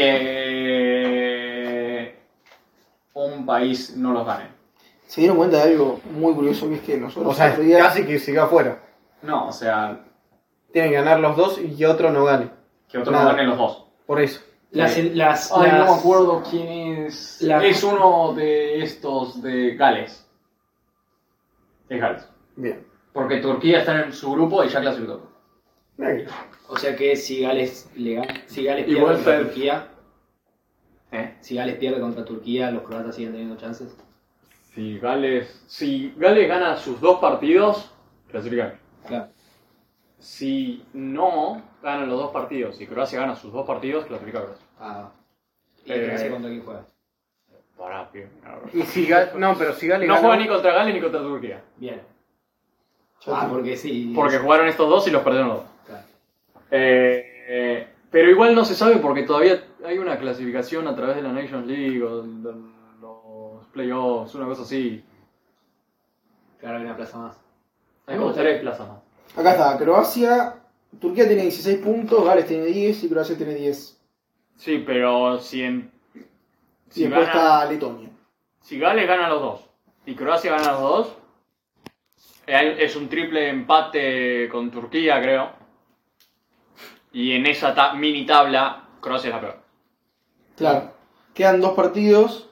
que un país no los gane. Se dieron cuenta de algo muy curioso, que es que nosotros O sea, otro día- casi que siga afuera. No, o sea, Tienen que ganar los dos y que otro no gane. que otro Nada. no gane los dos. Por eso. Las, Sí. las, Ay, las- no me acuerdo quién es. La- Es uno de estos de Gales. Es Gales. Bien. Porque Turquía está en su grupo y ya clasificó. Mirá que- O sea que si Gales le gana, si Gales pierde Igual contra Fer- Turquía, ¿Eh? si Gales pierde contra Turquía, los croatas siguen teniendo chances. Si Gales, si Gales gana sus dos partidos, clasifican. Claro. Si no ganan los dos partidos, si Croacia gana sus dos partidos, clasifica Croacia. Ah. ¿Y Eh, Croacia contra quién juega? Pará, pibe. Y si Ga- no, pero si Gale No gana- juega ni contra Gales ni contra Turquía. Bien. Ah, porque sí. Porque jugaron estos dos y los perdieron los dos. Claro. Eh, eh, pero igual no se sabe porque todavía hay una clasificación a través de la Nations League o de los playoffs, una cosa así. Claro, hay una plaza más. Hay como tres plazas más. Acá está, Croacia, Turquía tiene dieciséis puntos, Gales tiene diez y Croacia tiene diez. Sí, pero si en. Y Si, después gana- está Letonia. si Gales gana los dos y Croacia gana los dos, eh, es un triple empate con Turquía, creo. Y en esa ta- mini tabla, Croacia es la peor. Claro. Quedan dos partidos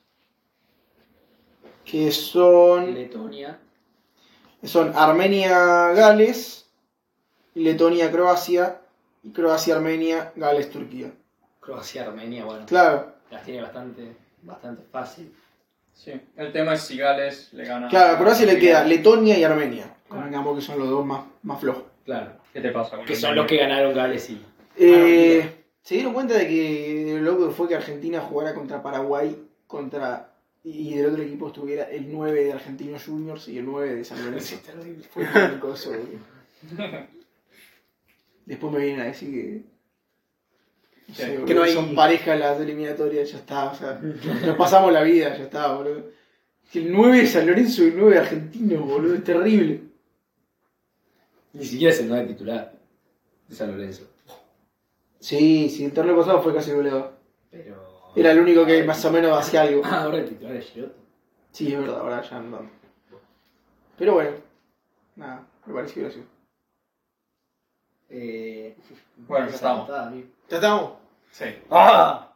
que son, Letonia. son Armenia-Gales, Letonia-Croacia y Croacia-Armenia, Gales-Turquía. Croacia, Armenia, bueno. Claro, Las tiene bastante, bastante fácil. Sí, el tema es si Gales le gana. claro, a Croacia le queda Letonia y Armenia. Convengamos que son los dos más, más flojos. Claro. ¿Qué te pasa? Que son los que ganaron Gales y. Eh, ¿Se dieron cuenta de que lo loco fue que Argentina jugara contra Paraguay contra y del otro equipo estuviera el nueve de Argentinos Juniors y el nueve de San Lorenzo? Fue un coso, boludo. Después me vienen a decir que, no sé, Que boludo, no hay- son pareja en las eliminatorias, ya está, o sea, nos pasamos la vida, ya está, boludo. Que el nueve de San Lorenzo y el nueve de Argentinos, boludo, es terrible. Ni siquiera es el nueve titular de San Lorenzo. Sí, sí, el torneo pasado fue casi goleador. Pero. Era el único que más o menos hacía algo. Ah, ahora el titular es Giroto. Sí, es verdad, ahora ya no. Pero bueno, nada, me pareció gracioso. Eh, Bueno, ya estamos. está, amigo. ¿Ya estamos? Sí. ¡Ah!